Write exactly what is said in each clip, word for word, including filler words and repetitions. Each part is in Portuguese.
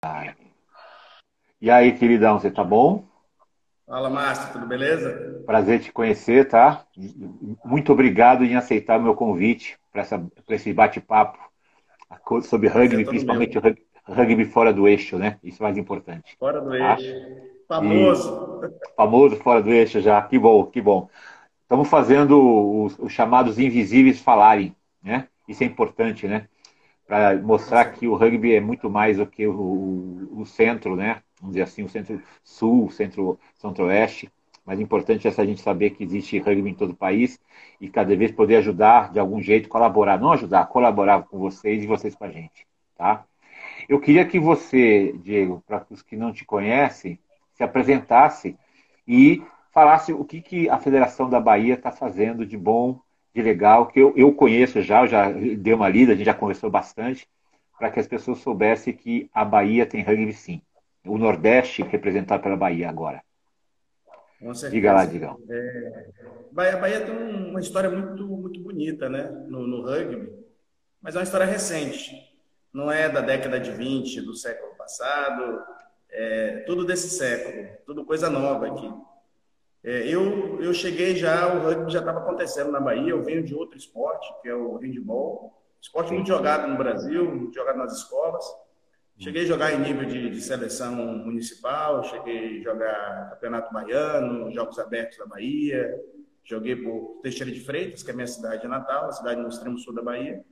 E aí, queridão, você tá bom? Fala, Márcio, tudo beleza? Prazer te conhecer, tá? Muito obrigado em aceitar o meu convite para esse bate-papo sobre Prazer é rugby, todo principalmente o meu. rug- rugby fora do eixo, né? Isso é mais importante, Fora do tá? eixo. E Famoso. famoso fora do eixo já, que bom, que bom. Estamos fazendo os, os chamados invisíveis falarem, né? Isso é importante, né? Para Com mostrar que certeza. o rugby é muito mais do que o, o, o centro, né? Vamos dizer assim, o centro-sul, o centro-centro-oeste. Mas é importante essa gente saber que existe rugby em todo o país e cada vez poder ajudar de algum jeito, colaborar, não ajudar, colaborar com vocês e vocês com a gente, tá? Eu queria que você, Diego, para os que não te conhecem, se apresentasse e falasse o que, que a Federação da Bahia está fazendo de bom, de legal, que eu, eu conheço já, eu já dei uma lida, a gente já conversou bastante, para que as pessoas soubessem que a Bahia tem rugby sim. O Nordeste representado pela Bahia agora. Com Diga lá, certeza. Digão. Bahia, Bahia tem um- uma história muito, muito bonita, né? No, no rugby, mas é uma história recente. Não é da década de vinte do século passado, é tudo desse século, tudo coisa nova aqui. É, eu, eu cheguei já, o rugby já estava acontecendo na Bahia, eu venho de outro esporte, que é o handball. Esporte muito Sim. jogado no Brasil, muito jogado nas escolas. Hum. Cheguei a jogar em nível de, de seleção municipal, cheguei a jogar campeonato baiano, Jogos Abertos da Bahia, joguei por Teixeira de Freitas, que é a minha cidade natal, a cidade no extremo sul da Bahia,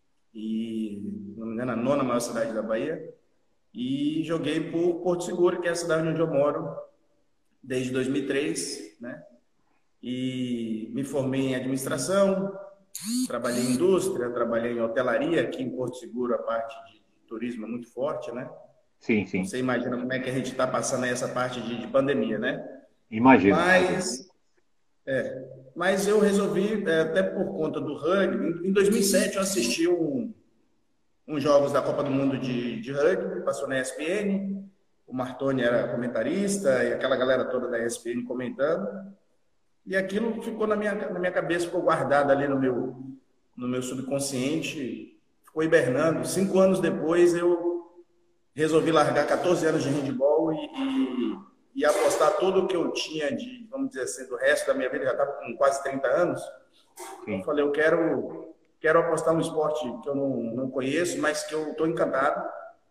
e, não me engano, a nona maior cidade da Bahia, e joguei por Porto Seguro, que é a cidade onde eu moro desde dois mil e três, né? E me formei em administração, trabalhei em indústria, trabalhei em hotelaria, aqui em Porto Seguro a parte de turismo é muito forte, né? Sim, Então, sim. você imagina como é que a gente está passando aí essa parte de, de pandemia, né? Imagino, imagino. Mas, mas eu resolvi, é, até por conta do rugby, em dois mil e sete eu assisti um, uns jogos da Copa do Mundo de, de rugby, passou na E S P N, o Martoni era comentarista e aquela galera toda da E S P N comentando, e aquilo ficou na minha, na minha cabeça, ficou guardado ali no meu, no meu subconsciente, ficou hibernando. Cinco anos depois eu resolvi largar quatorze anos de handball e, e, e apostar tudo o que eu tinha de, vamos dizer assim, do resto da minha vida, já estava com quase trinta anos. Eu Sim. falei, eu quero, quero apostar um esporte que eu não, não conheço, mas que eu estou encantado.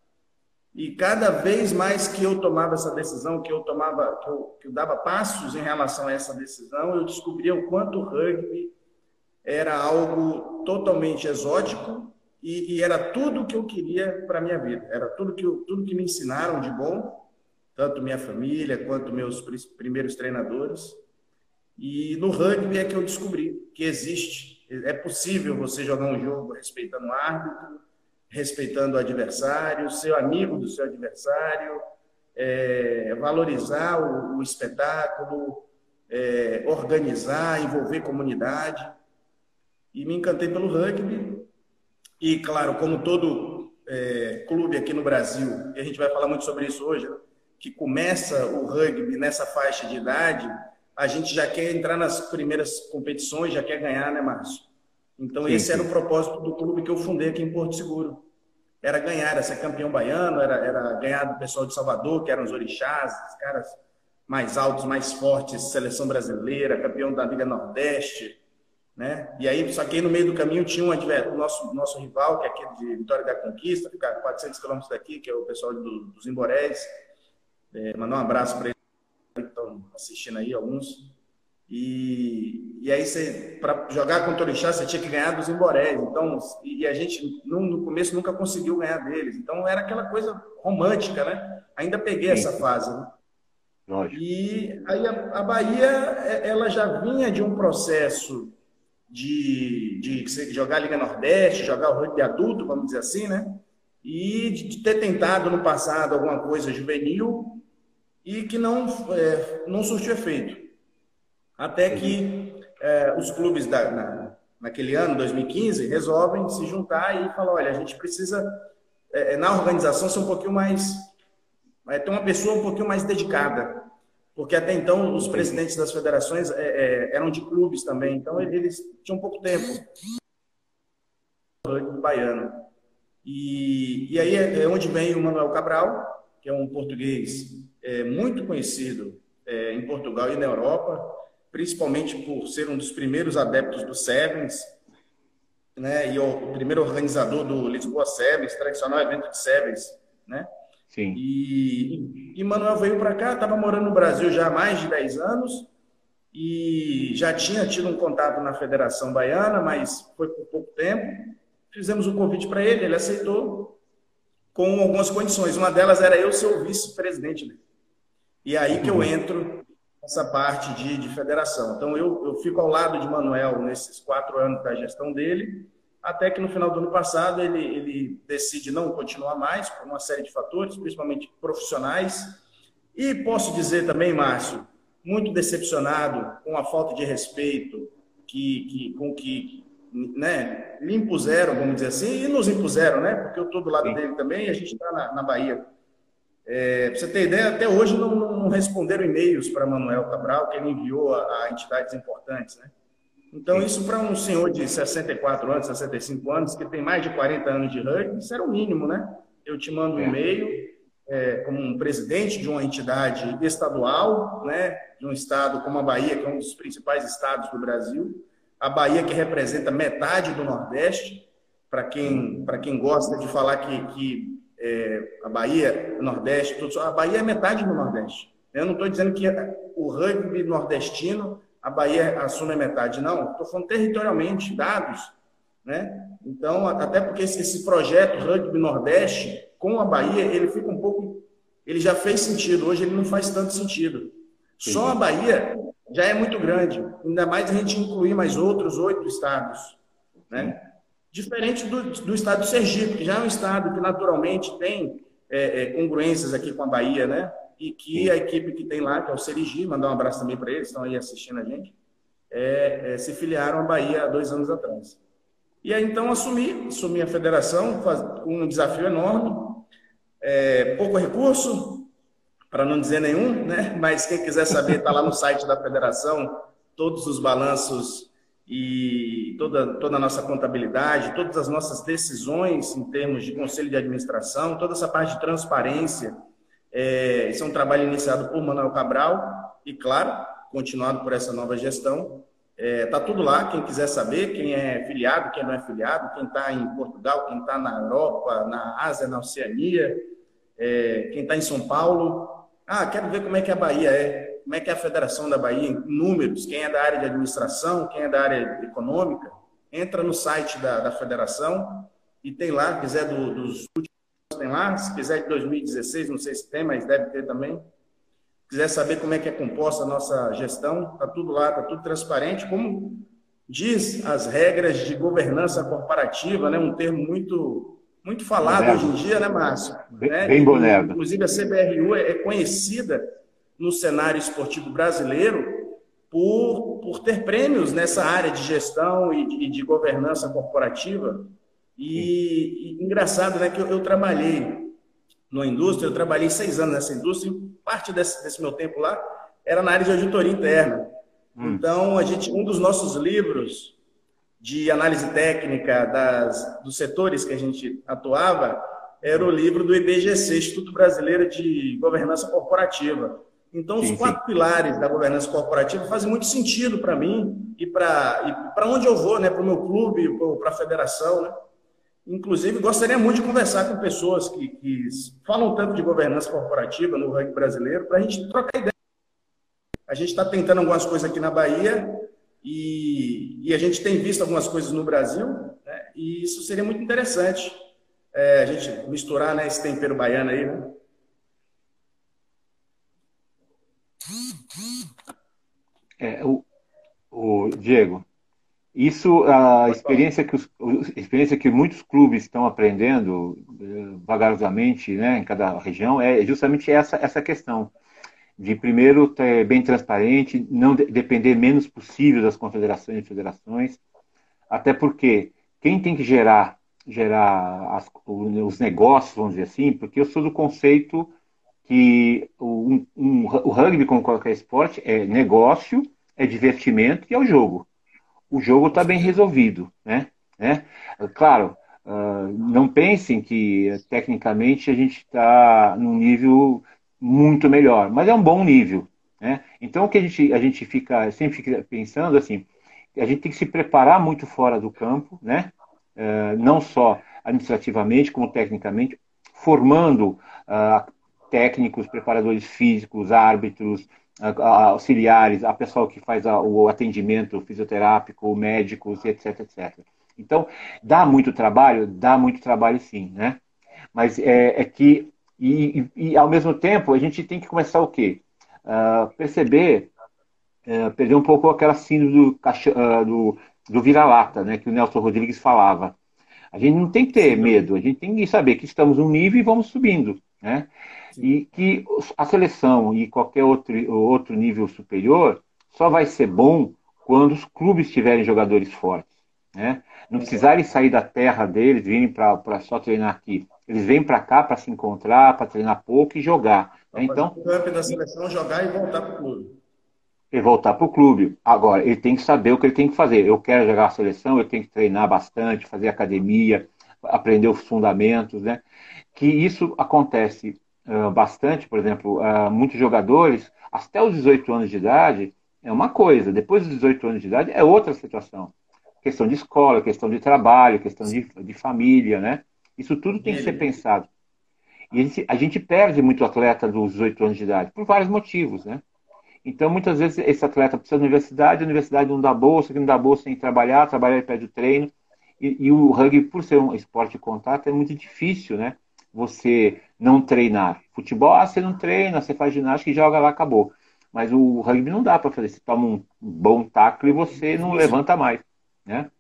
E cada vez mais que eu tomava essa decisão, que eu tomava, que eu, que eu dava passos em relação a essa decisão, eu descobria o quanto o rugby era algo totalmente exótico e, e era tudo que eu queria para a minha vida. Era tudo que, eu, tudo que me ensinaram de bom, tanto minha família quanto meus primeiros treinadores. E no rugby é que eu descobri que existe, é possível você jogar um jogo respeitando o árbitro, respeitando o adversário, ser amigo do seu adversário, é, valorizar o, o espetáculo, é, organizar, envolver comunidade. E me encantei pelo rugby. E, claro, como todo é, clube aqui no Brasil, e a gente vai falar muito sobre isso hoje, que começa o rugby nessa faixa de idade, a gente já quer entrar nas primeiras competições, já quer ganhar, né, Márcio? Então, Sim, esse era sim. o propósito do clube que eu fundei aqui em Porto Seguro. Era ganhar, era ser campeão baiano, era, era ganhar do pessoal de Salvador, que eram os orixás, os caras mais altos, mais fortes, seleção brasileira, campeão da Liga Nordeste, né? E aí, só que aí no meio do caminho tinha um adver... o nosso, nosso rival, que é aquele de Vitória da Conquista, fica a quatrocentos quilômetros daqui, que é o pessoal do, dos Imborés. É, mandar um abraço para eles que estão assistindo aí, alguns. E, e aí, para jogar contra o Orixá, você tinha que ganhar dos Imborés. Então, e a gente, no, no começo, nunca conseguiu ganhar deles. Então, era aquela coisa romântica, né? Ainda peguei Sim, essa sim. fase, né? Lógico. E aí a, a Bahia, ela já vinha de um processo de, de jogar a Liga Nordeste, jogar o rugby adulto, vamos dizer assim, né? E de ter tentado no passado alguma coisa juvenil e que não, é, não surtiu efeito. Até Entendi. que é, os clubes da, na, naquele ano, dois mil e quinze, resolvem se juntar e falar, olha, a gente precisa, é, na organização, ser um pouquinho mais... É, ter uma pessoa um pouquinho mais dedicada, porque até então os Entendi. presidentes das federações é, é, eram de clubes também, então eles tinham pouco tempo do baiano. E, e aí é, é onde vem o Manuel Cabral, que é um português é, muito conhecido é, em Portugal e na Europa, principalmente por ser um dos primeiros adeptos do Sevens, né, e o, o primeiro organizador do Lisboa Sevens, tradicional evento de Sevens, né? Sim. E, e Manuel veio para cá, estava morando no Brasil já há mais de dez anos e já tinha tido um contato na Federação Baiana, mas foi por pouco tempo. Fizemos um convite para ele, ele aceitou com algumas condições. Uma delas era eu ser o vice-presidente dele. E aí que eu entro nessa parte de, de federação. Então, eu, eu fico ao lado de Manuel nesses quatro anos da gestão dele, até que no final do ano passado ele, ele decide não continuar mais, por uma série de fatores, principalmente profissionais. E posso dizer também, Márcio, muito decepcionado com a falta de respeito que, que, com que né, lhe impuseram, vamos dizer assim, e nos impuseram, né? Porque eu estou do lado Sim. dele também e a gente está na, na Bahia. É, para você ter ideia, até hoje não, não responderam e-mails para Manuel Cabral, que ele enviou a, a entidades importantes, né? Então, Sim. isso para um senhor de sessenta e quatro anos, sessenta e cinco anos, que tem mais de quarenta anos de rugby, isso era o mínimo, né? Eu te mando um É. e-mail é, como um presidente de uma entidade estadual, né? De um estado como a Bahia, que é um dos principais estados do Brasil, a Bahia que representa metade do Nordeste, para quem, para quem gosta de falar que, que é, a Bahia, o Nordeste, tudo, a Bahia é metade do Nordeste. Eu não estou dizendo que o rugby nordestino, a Bahia assume a metade, não. Estou falando territorialmente, dados, né? Então, até porque esse projeto Rugby Nordeste, com a Bahia, ele fica um pouco... Ele já fez sentido, hoje ele não faz tanto sentido. Só a Bahia já é muito grande, ainda mais a gente incluir mais outros oito estados, né? Diferente do, do estado de Sergipe, que já é um estado que naturalmente tem é, é, congruências aqui com a Bahia, né? E que Sim. a equipe que tem lá, que é o Serigi, mandar um abraço também para eles, estão aí assistindo a gente, é, é, se filiaram à Bahia há dois anos atrás. E aí então assumi, assumi a federação com um desafio enorme, é, pouco recurso, para não dizer nenhum, né? Mas quem quiser saber, está lá no site da federação, todos os balanços e toda, toda a nossa contabilidade, todas as nossas decisões em termos de conselho de administração, toda essa parte de transparência. É, esse é um trabalho iniciado por Manuel Cabral e, claro, continuado por essa nova gestão. Está é, tudo lá, quem quiser saber, quem é filiado, quem não é filiado, quem está em Portugal, quem está na Europa, na Ásia, na Oceania, é, quem está em São Paulo. Ah, quero ver como é que a Bahia é, como é que é a Federação da Bahia, em números, quem é da área de administração, quem é da área econômica, entra no site da, da Federação e tem lá, se quiser do, dos últimos, tem lá, se quiser de dois mil e dezesseis, não sei se tem, mas deve ter também. Se quiser saber como é que é composta a nossa gestão, está tudo lá, está tudo transparente, como diz as regras de governança corporativa, né? Um termo muito... muito falado Bonerdo. Hoje em dia, né, Márcio? Bem, né? bem Bonerdo. Inclusive, a C B R U é conhecida no cenário esportivo brasileiro por, por ter prêmios nessa área de gestão e de, de governança corporativa. E, e engraçado, né, que eu, eu trabalhei numa indústria, eu trabalhei seis anos nessa indústria, e parte desse, desse meu tempo lá era na área de auditoria interna. Hum. Então, a gente, um dos nossos livros de análise técnica das, dos setores que a gente atuava, era o livro do I B G C, Instituto Brasileiro de Governança Corporativa. Então, os sim, quatro sim. pilares da governança corporativa fazem muito sentido para mim e para onde eu vou, né? Para o meu clube, para a federação. Né? Inclusive, gostaria muito de conversar com pessoas que, que falam tanto de governança corporativa no rugby brasileiro, para a gente trocar ideia. A gente está tentando algumas coisas aqui na Bahia, E, e a gente tem visto algumas coisas no Brasil, né? E isso seria muito interessante, é, a gente misturar, né, esse tempero baiano aí, né? É, o, o Diego, isso, a experiência que, os, a experiência que muitos clubes estão aprendendo vagarosamente, né, em cada região, é justamente essa, essa questão. De primeiro ter bem transparente, não de, depender menos possível das confederações e federações, até porque quem tem que gerar, gerar as, os negócios, vamos dizer assim, porque eu sou do conceito que o, um, um, o rugby, como qualquer esporte, é negócio, é divertimento e é o jogo. O jogo está bem resolvido, né? né? Claro, não pensem que tecnicamente a gente está num nível muito melhor, mas é um bom nível, né? Então o que a gente, a gente fica sempre fica pensando assim, a gente tem que se preparar muito fora do campo, né? Uh, não só administrativamente como tecnicamente, formando uh, técnicos, preparadores físicos, árbitros, uh, auxiliares, a pessoal que faz a, o atendimento fisioterápico, médicos, etc, etcétera. Então, dá muito trabalho? Dá muito trabalho sim, né? Mas é, é que, e, e, e, ao mesmo tempo, a gente tem que começar o quê? Uh, perceber, uh, perder um pouco aquela síndrome do, uh, do, do vira-lata, né? Que o Nelson Rodrigues falava. A gente não tem que ter Sim, medo, a gente tem que saber que estamos num nível e vamos subindo, né? sim. E que a seleção e qualquer outro, outro nível superior só vai ser bom quando os clubes tiverem jogadores fortes, né? Não precisarem sair da terra deles, virem para só treinar aqui. Eles vêm para cá para se encontrar, para treinar pouco e jogar, né? Para fazer Então, o camp da seleção, jogar e voltar para o clube. e voltar para o clube. Agora, ele tem que saber o que ele tem que fazer. Eu quero jogar a seleção, eu tenho que treinar bastante, fazer academia, aprender os fundamentos, né? Que isso acontece uh, bastante, por exemplo, uh, muitos jogadores, até os dezoito anos de idade, é uma coisa, depois dos dezoito anos de idade é outra situação. Questão de escola, questão de trabalho, questão de, de família, né? Isso tudo tem que ser Dele. pensado. E a gente, a gente perde muito atleta dos dezoito anos de idade, por vários motivos, né? Então, muitas vezes, esse atleta precisa da universidade, a universidade não dá bolsa, que não dá bolsa sem trabalhar, trabalhar ele pede o treino. E, e o rugby, por ser um esporte de contato, é muito difícil, né? Você não treinar. Futebol, ah, você não treina, você faz ginástica e joga lá, acabou. Mas o rugby não dá para fazer. Você toma um bom tackle e você não Difícil. levanta mais, né?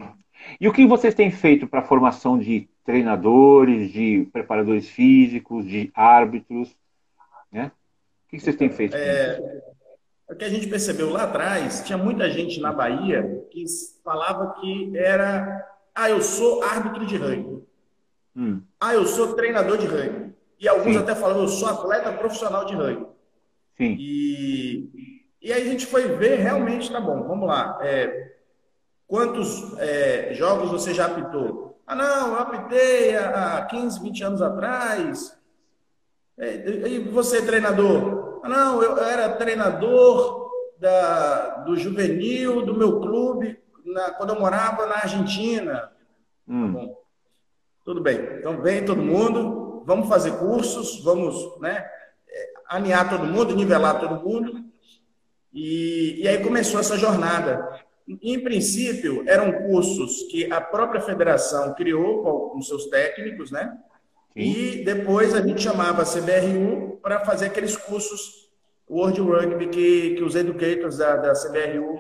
E o que vocês têm feito para a formação de treinadores, de preparadores físicos, de árbitros, né? O que vocês têm Então, feito com isso? o que a gente percebeu lá atrás, tinha muita gente na Bahia que falava que era, ah, eu sou árbitro de rugby. Hum, Ah, eu sou treinador de rugby. E alguns sim, até falavam, eu sou atleta profissional de rugby. sim. E, e aí a gente foi ver, realmente, tá bom, vamos lá. É, quantos é, jogos você já apitou? Ah, não, eu apitei há quinze, vinte anos atrás. É, e você, treinador? Ah, não, eu era treinador da, do juvenil do meu clube na, quando eu morava na Argentina. Tá Hum, bom, tudo bem. Então vem todo mundo, vamos fazer cursos, vamos, né, alinhar todo mundo, nivelar todo mundo. E, e aí começou essa jornada. Em princípio, eram cursos que a própria federação criou com, com seus técnicos, né? sim, E depois a gente chamava a C B R U para fazer aqueles cursos World Rugby que, que os educators da, da C B R U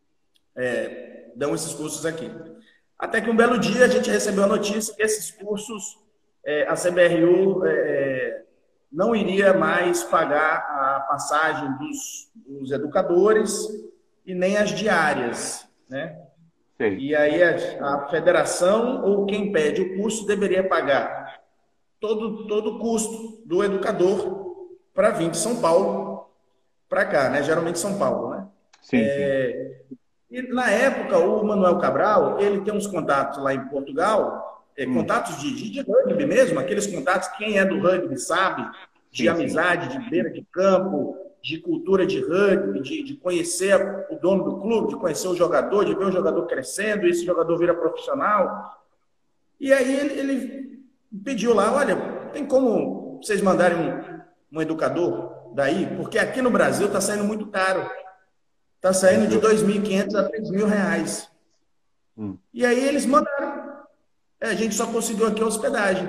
é, dão esses cursos aqui. Até que um belo dia a gente recebeu a notícia que esses cursos, é, a C B R U é, não iria mais pagar a passagem dos, dos educadores e nem as diárias, né? sei. E aí a, a federação ou quem pede o curso deveria pagar todo, todo o custo do educador para vir de São Paulo para cá, né? Geralmente São Paulo, né? Sim, sim. E na época o Manuel Cabral, ele tem uns contatos lá em Portugal, é, Hum, contatos de, de, de rugby mesmo, aqueles contatos que quem é do rugby sabe, de sim, sim. amizade, de beira de campo, de cultura de rugby, de, de conhecer o dono do clube, de conhecer o jogador, de ver o jogador crescendo, e esse jogador vira profissional. E aí ele, ele pediu lá, olha, tem como vocês mandarem um, um educador daí? Porque aqui no Brasil está saindo muito caro. Está saindo de Justo. dois mil e quinhentos a três mil reais. Hum, E aí eles mandaram. É, a gente só conseguiu aqui a hospedagem.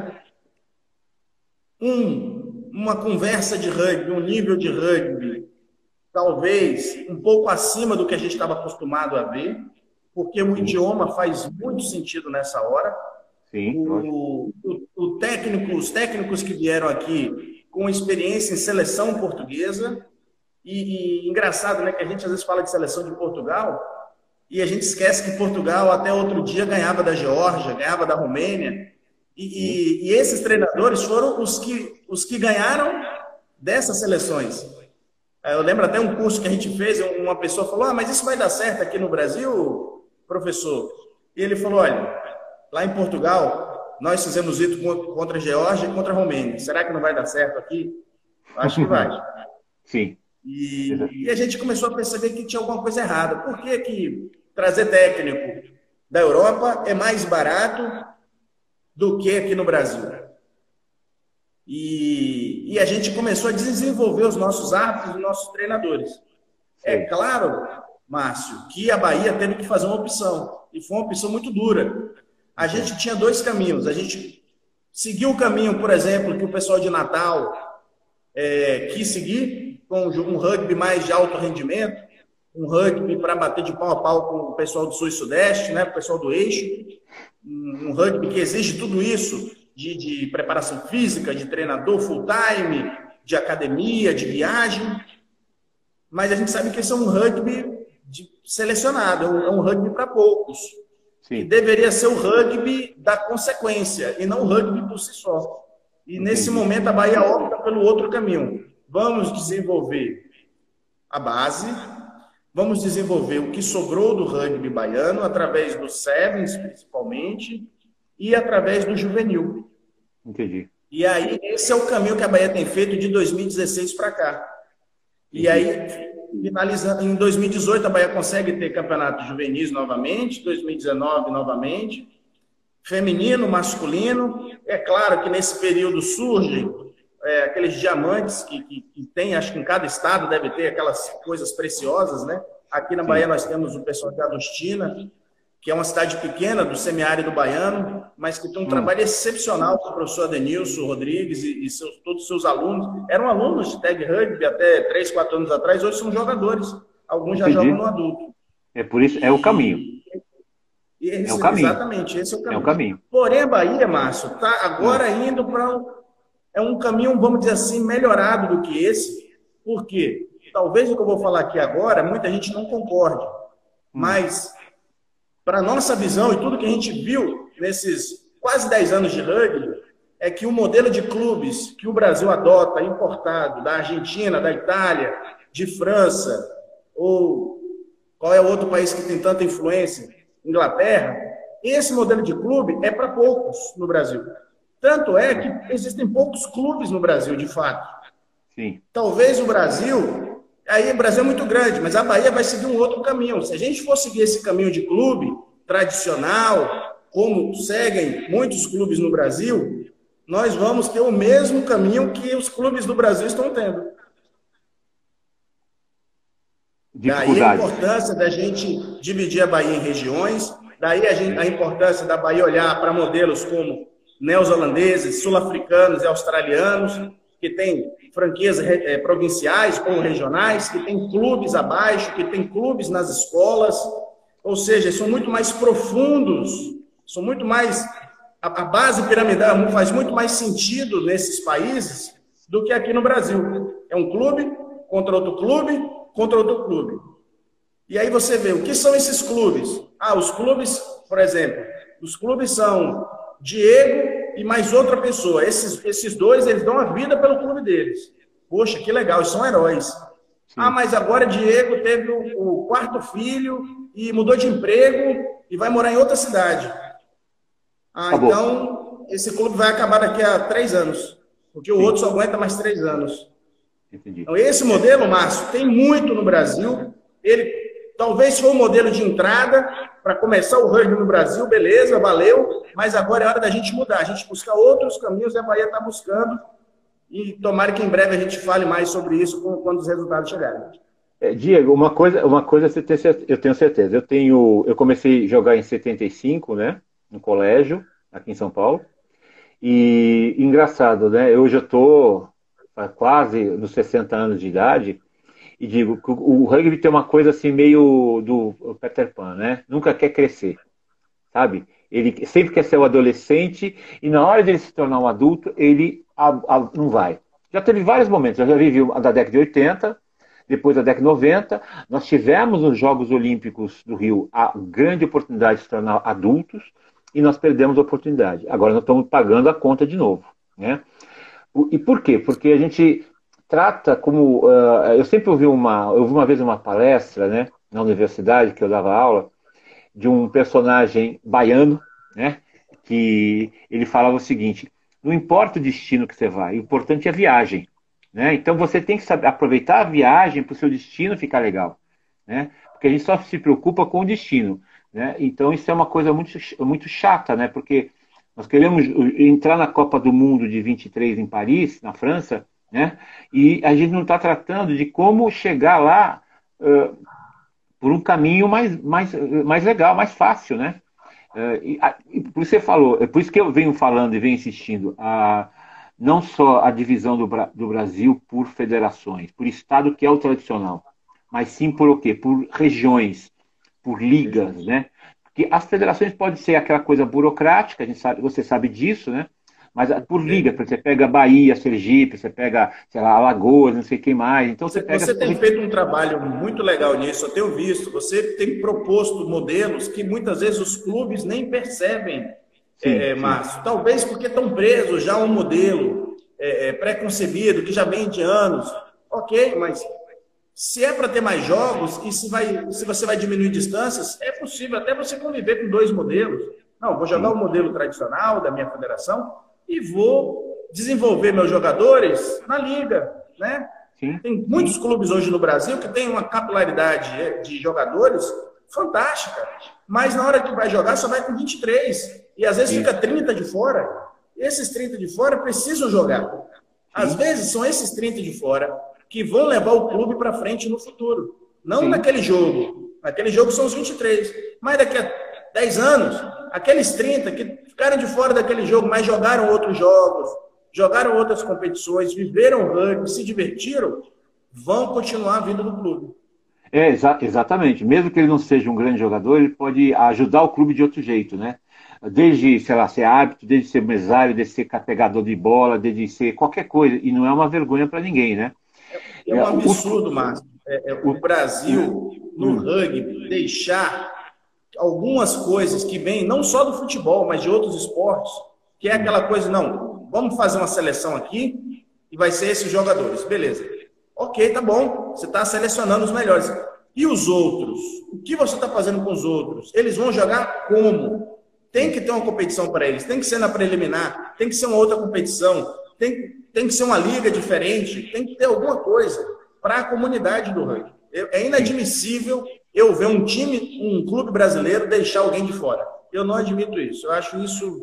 Um, uma conversa de rugby, um nível de rugby, talvez um pouco acima do que a gente estava acostumado a ver, porque o sim, idioma faz muito sentido nessa hora. sim, lógico. O, o, o técnico, os técnicos que vieram aqui com experiência em seleção portuguesa, e, e engraçado, né, que a gente às vezes fala de seleção de Portugal, e a gente esquece que Portugal até outro dia ganhava da Geórgia, ganhava da Romênia. Sim, E, e, e esses treinadores foram os que, os que ganharam dessas seleções. Eu lembro até um curso que a gente fez, uma pessoa falou, ah, mas isso vai dar certo aqui no Brasil, professor? E ele falou, olha, lá em Portugal, Nós fizemos isso contra a Geórgia e contra a Romênia. Será que não vai dar certo aqui? Acho que vai. Sim. E, e a gente começou a perceber que tinha alguma coisa errada. Por que que trazer técnico da Europa é mais barato do que aqui no Brasil? E, e a gente começou a desenvolver os nossos árbitros, os nossos treinadores. É claro, Márcio, que a Bahia teve que fazer uma opção. E foi uma opção muito dura. A gente tinha dois caminhos. A gente seguiu o caminho, por exemplo, que o pessoal de Natal é, quis seguir, com um rugby mais de alto rendimento, um rugby para bater de pau a pau com o pessoal do Sul e Sudeste, né, o pessoal do Eixo. Um rugby que exige tudo isso, de, de preparação física, de treinador full-time, de academia, de viagem. Mas a gente sabe que esse é um rugby de, selecionado, é um, é um rugby para poucos. Sim. Que deveria ser o rugby da consequência, e não o rugby por si só. E Entendi. Nesse momento a Bahia opta pelo outro caminho. Vamos desenvolver a base, vamos desenvolver o que sobrou do rugby baiano, através dos Sevens, principalmente, e através do juvenil. Entendi. E aí, esse é o caminho que a Bahia tem feito de dois mil e dezesseis para cá. E aí, finalizando, em dois mil e dezoito, a Bahia consegue ter campeonato juvenis novamente, dois mil e dezenove novamente, feminino, masculino. É claro que nesse período surgem é, aqueles diamantes que, que, que tem, acho que em cada estado deve ter aquelas coisas preciosas, né? Aqui na Sim. Bahia nós temos o pessoal de Agostina, que é uma cidade pequena do semiárido baiano, mas que tem um hum. trabalho excepcional com o professor Adenilson Rodrigues e, e seus, todos os seus alunos. Eram alunos de tag rugby até três, quatro anos atrás, hoje são jogadores. Alguns já Entendi. Jogam no adulto. É por isso, é o caminho. E, e esse, é o caminho. Exatamente, esse é o caminho. É o caminho. Porém, a Bahia, Márcio, está agora hum. indo para um, é um caminho, vamos dizer assim, melhorado do que esse. Por quê? Talvez o que eu vou falar aqui agora, muita gente não concorde, hum. mas... para a nossa visão e tudo que a gente viu nesses quase dez anos de rugby, é que o modelo de clubes que o Brasil adota, importado da Argentina, da Itália, de França, ou qual é o outro país que tem tanta influência? Inglaterra. Esse modelo de clube é para poucos no Brasil. Tanto é que existem poucos clubes no Brasil, de fato. Sim. Talvez o Brasil... Aí o Brasil é muito grande, mas a Bahia vai seguir um outro caminho. Se a gente for seguir esse caminho de clube tradicional, como seguem muitos clubes no Brasil, nós vamos ter o mesmo caminho que os clubes do Brasil estão tendo. Daí a importância da gente dividir a Bahia em regiões, daí a, gente, a importância da Bahia olhar para modelos como neozelandeses, sul-africanos e australianos, que tem franquias é, provinciais ou regionais, que tem clubes abaixo, que tem clubes nas escolas, ou seja, são muito mais profundos, são muito mais... A, a base piramidal faz muito mais sentido nesses países do que aqui no Brasil. É um clube contra outro clube, contra outro clube. E aí você vê, o que são esses clubes? Ah, os clubes, por exemplo, os clubes são Diego e mais outra pessoa. Esses, esses dois, eles dão a vida pelo clube deles. Poxa, que legal, eles são heróis. Sim. Ah, mas agora Diego teve o, o quarto filho e mudou de emprego e vai morar em outra cidade. Ah, Acabou. Então esse clube vai acabar daqui a três anos, porque o Sim. outro só aguenta mais três anos. Entendi. Então esse modelo, Márcio, tem muito no Brasil. Ele talvez foi um modelo de entrada para começar o rugby no Brasil, beleza, valeu, mas agora é hora da gente mudar, a gente buscar outros caminhos, e a Bahia está buscando, e tomara que em breve a gente fale mais sobre isso quando os resultados chegarem. É, Diego, uma coisa, uma coisa eu tenho certeza, eu, tenho, eu comecei a jogar em setenta e cinco, né, no colégio, aqui em São Paulo, e engraçado, né, hoje eu estou quase nos sessenta anos de idade, e digo que o rugby tem uma coisa assim meio do Peter Pan, né? Nunca quer crescer, sabe? Ele sempre quer ser o adolescente e na hora de ele se tornar um adulto, ele a, a, não vai. Já teve vários momentos, eu já vivi a da década de oitenta, depois da década de noventa, nós tivemos nos Jogos Olímpicos do Rio a grande oportunidade de se tornar adultos e nós perdemos a oportunidade. Agora nós estamos pagando a conta de novo, né? E por quê? Porque a gente trata como... Uh, eu sempre ouvi uma... Eu ouvi uma vez uma palestra, né, na universidade, que eu dava aula, de um personagem baiano, né, que ele falava o seguinte: não importa o destino que você vai, o importante é a viagem. Né? Então você tem que saber aproveitar a viagem para o seu destino ficar legal. Né? Porque a gente só se preocupa com o destino. Né? Então isso é uma coisa muito, muito chata, né? Porque nós queremos entrar na Copa do Mundo de vinte e três em Paris, na França, né? E a gente não está tratando de como chegar lá uh, por um caminho mais, mais, mais legal, mais fácil. Né? Uh, e, a, e por isso você falou, é por isso que eu venho falando e venho insistindo, a, não só a divisão do, do Brasil por federações, por estado que é o tradicional, mas sim por o quê? Por regiões, por ligas, né? Porque as federações podem ser aquela coisa burocrática, a gente sabe, você sabe disso, né? Mas por liga, você pega Bahia, Sergipe, você pega, sei lá, Alagoas, não sei quem mais. Então você, você, pega... você tem feito um trabalho muito legal nisso, eu tenho visto. Você tem proposto modelos que muitas vezes os clubes nem percebem, sim, é, sim. Márcio. Talvez porque estão presos já a um modelo é, pré-concebido, que já vem de anos. Ok, mas se é para ter mais jogos e se, vai, se você vai diminuir distâncias, é possível até você conviver com dois modelos. Não, vou jogar o modelo tradicional da minha federação e vou desenvolver meus jogadores na liga. Né? Sim, tem muitos sim. clubes hoje no Brasil que tem uma capilaridade de jogadores fantástica, mas na hora que vai jogar só vai com vinte e três e às vezes sim. fica trinta de fora. Esses trinta de fora precisam jogar. Sim. Às vezes são esses trinta de fora que vão levar o clube para frente no futuro. Não sim. naquele jogo. Naquele jogo são os vinte e três. Mas daqui a dez anos, aqueles trinta que ficaram de fora daquele jogo, mas jogaram outros jogos, jogaram outras competições, viveram o rugby, se divertiram, vão continuar a vida do clube. É, exa exatamente. Mesmo que ele não seja um grande jogador, ele pode ajudar o clube de outro jeito, né? Desde, sei lá, ser árbitro, desde ser mesário, desde ser carregador de bola, desde ser qualquer coisa. E não é uma vergonha para ninguém, né? É um absurdo, Márcio. É, é, o Brasil, no rugby, deixar algumas coisas que vêm não só do futebol, mas de outros esportes, que é aquela coisa, não, vamos fazer uma seleção aqui e vai ser esses jogadores. Beleza. Ok, tá bom. Você está selecionando os melhores. E os outros? O que você está fazendo com os outros? Eles vão jogar como? Tem que ter uma competição para eles. Tem que ser na preliminar. Tem que ser uma outra competição. Tem, tem que ser uma liga diferente. Tem que ter alguma coisa para a comunidade do rugby. É inadmissível eu ver um time, um clube brasileiro deixar alguém de fora. Eu não admito isso. Eu acho isso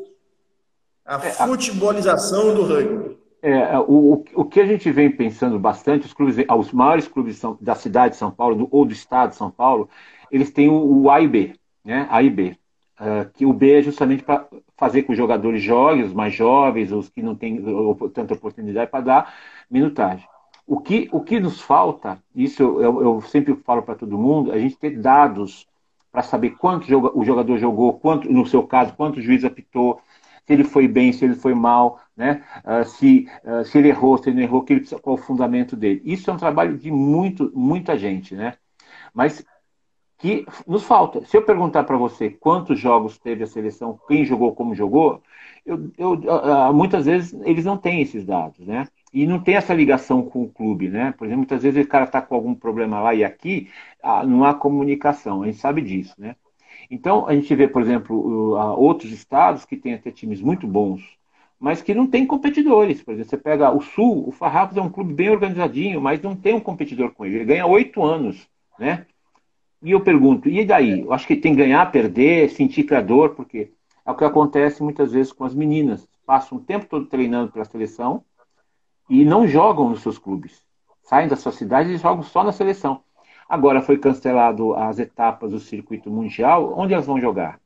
a futebolização do rugby. É, o, o que a gente vem pensando bastante, os, clubes, os maiores clubes são, da cidade de São Paulo, do, ou do estado de São Paulo, eles têm o, o A e B, né? A e B. Uh, que o B é justamente para fazer com que os jogadores joguem, os mais jovens, os que não têm tanta oportunidade, para dar minutagem. O que, o que nos falta, isso eu, eu, eu sempre falo para todo mundo, a gente ter dados para saber quanto o jogador jogou, quanto, no seu caso, quanto o juiz apitou, se ele foi bem, se ele foi mal, né? uh, se, uh, se ele errou, se ele não errou, que ele, qual o fundamento dele. Isso é um trabalho de muito, muita gente, né? Mas que nos falta. Se eu perguntar para você quantos jogos teve a seleção, quem jogou, como jogou, eu, eu, uh, muitas vezes eles não têm esses dados, né? E não tem essa ligação com o clube, né? Por exemplo, muitas vezes o cara está com algum problema lá e aqui, uh, não há comunicação, a gente sabe disso, né? Então, a gente vê, por exemplo, outros estados que têm até times muito bons, mas que não têm competidores. Por exemplo, você pega o Sul, o Farrapos é um clube bem organizadinho, mas não tem um competidor com ele. Ele ganha oito anos, né? E eu pergunto, e daí? Eu acho que tem que ganhar, perder, sentir que é dor, porque é o que acontece muitas vezes com as meninas. Passam o tempo todo treinando pela seleção e não jogam nos seus clubes. Saem da sua cidade e jogam só na seleção. Agora foi cancelado as etapas do circuito mundial, onde elas vão jogar?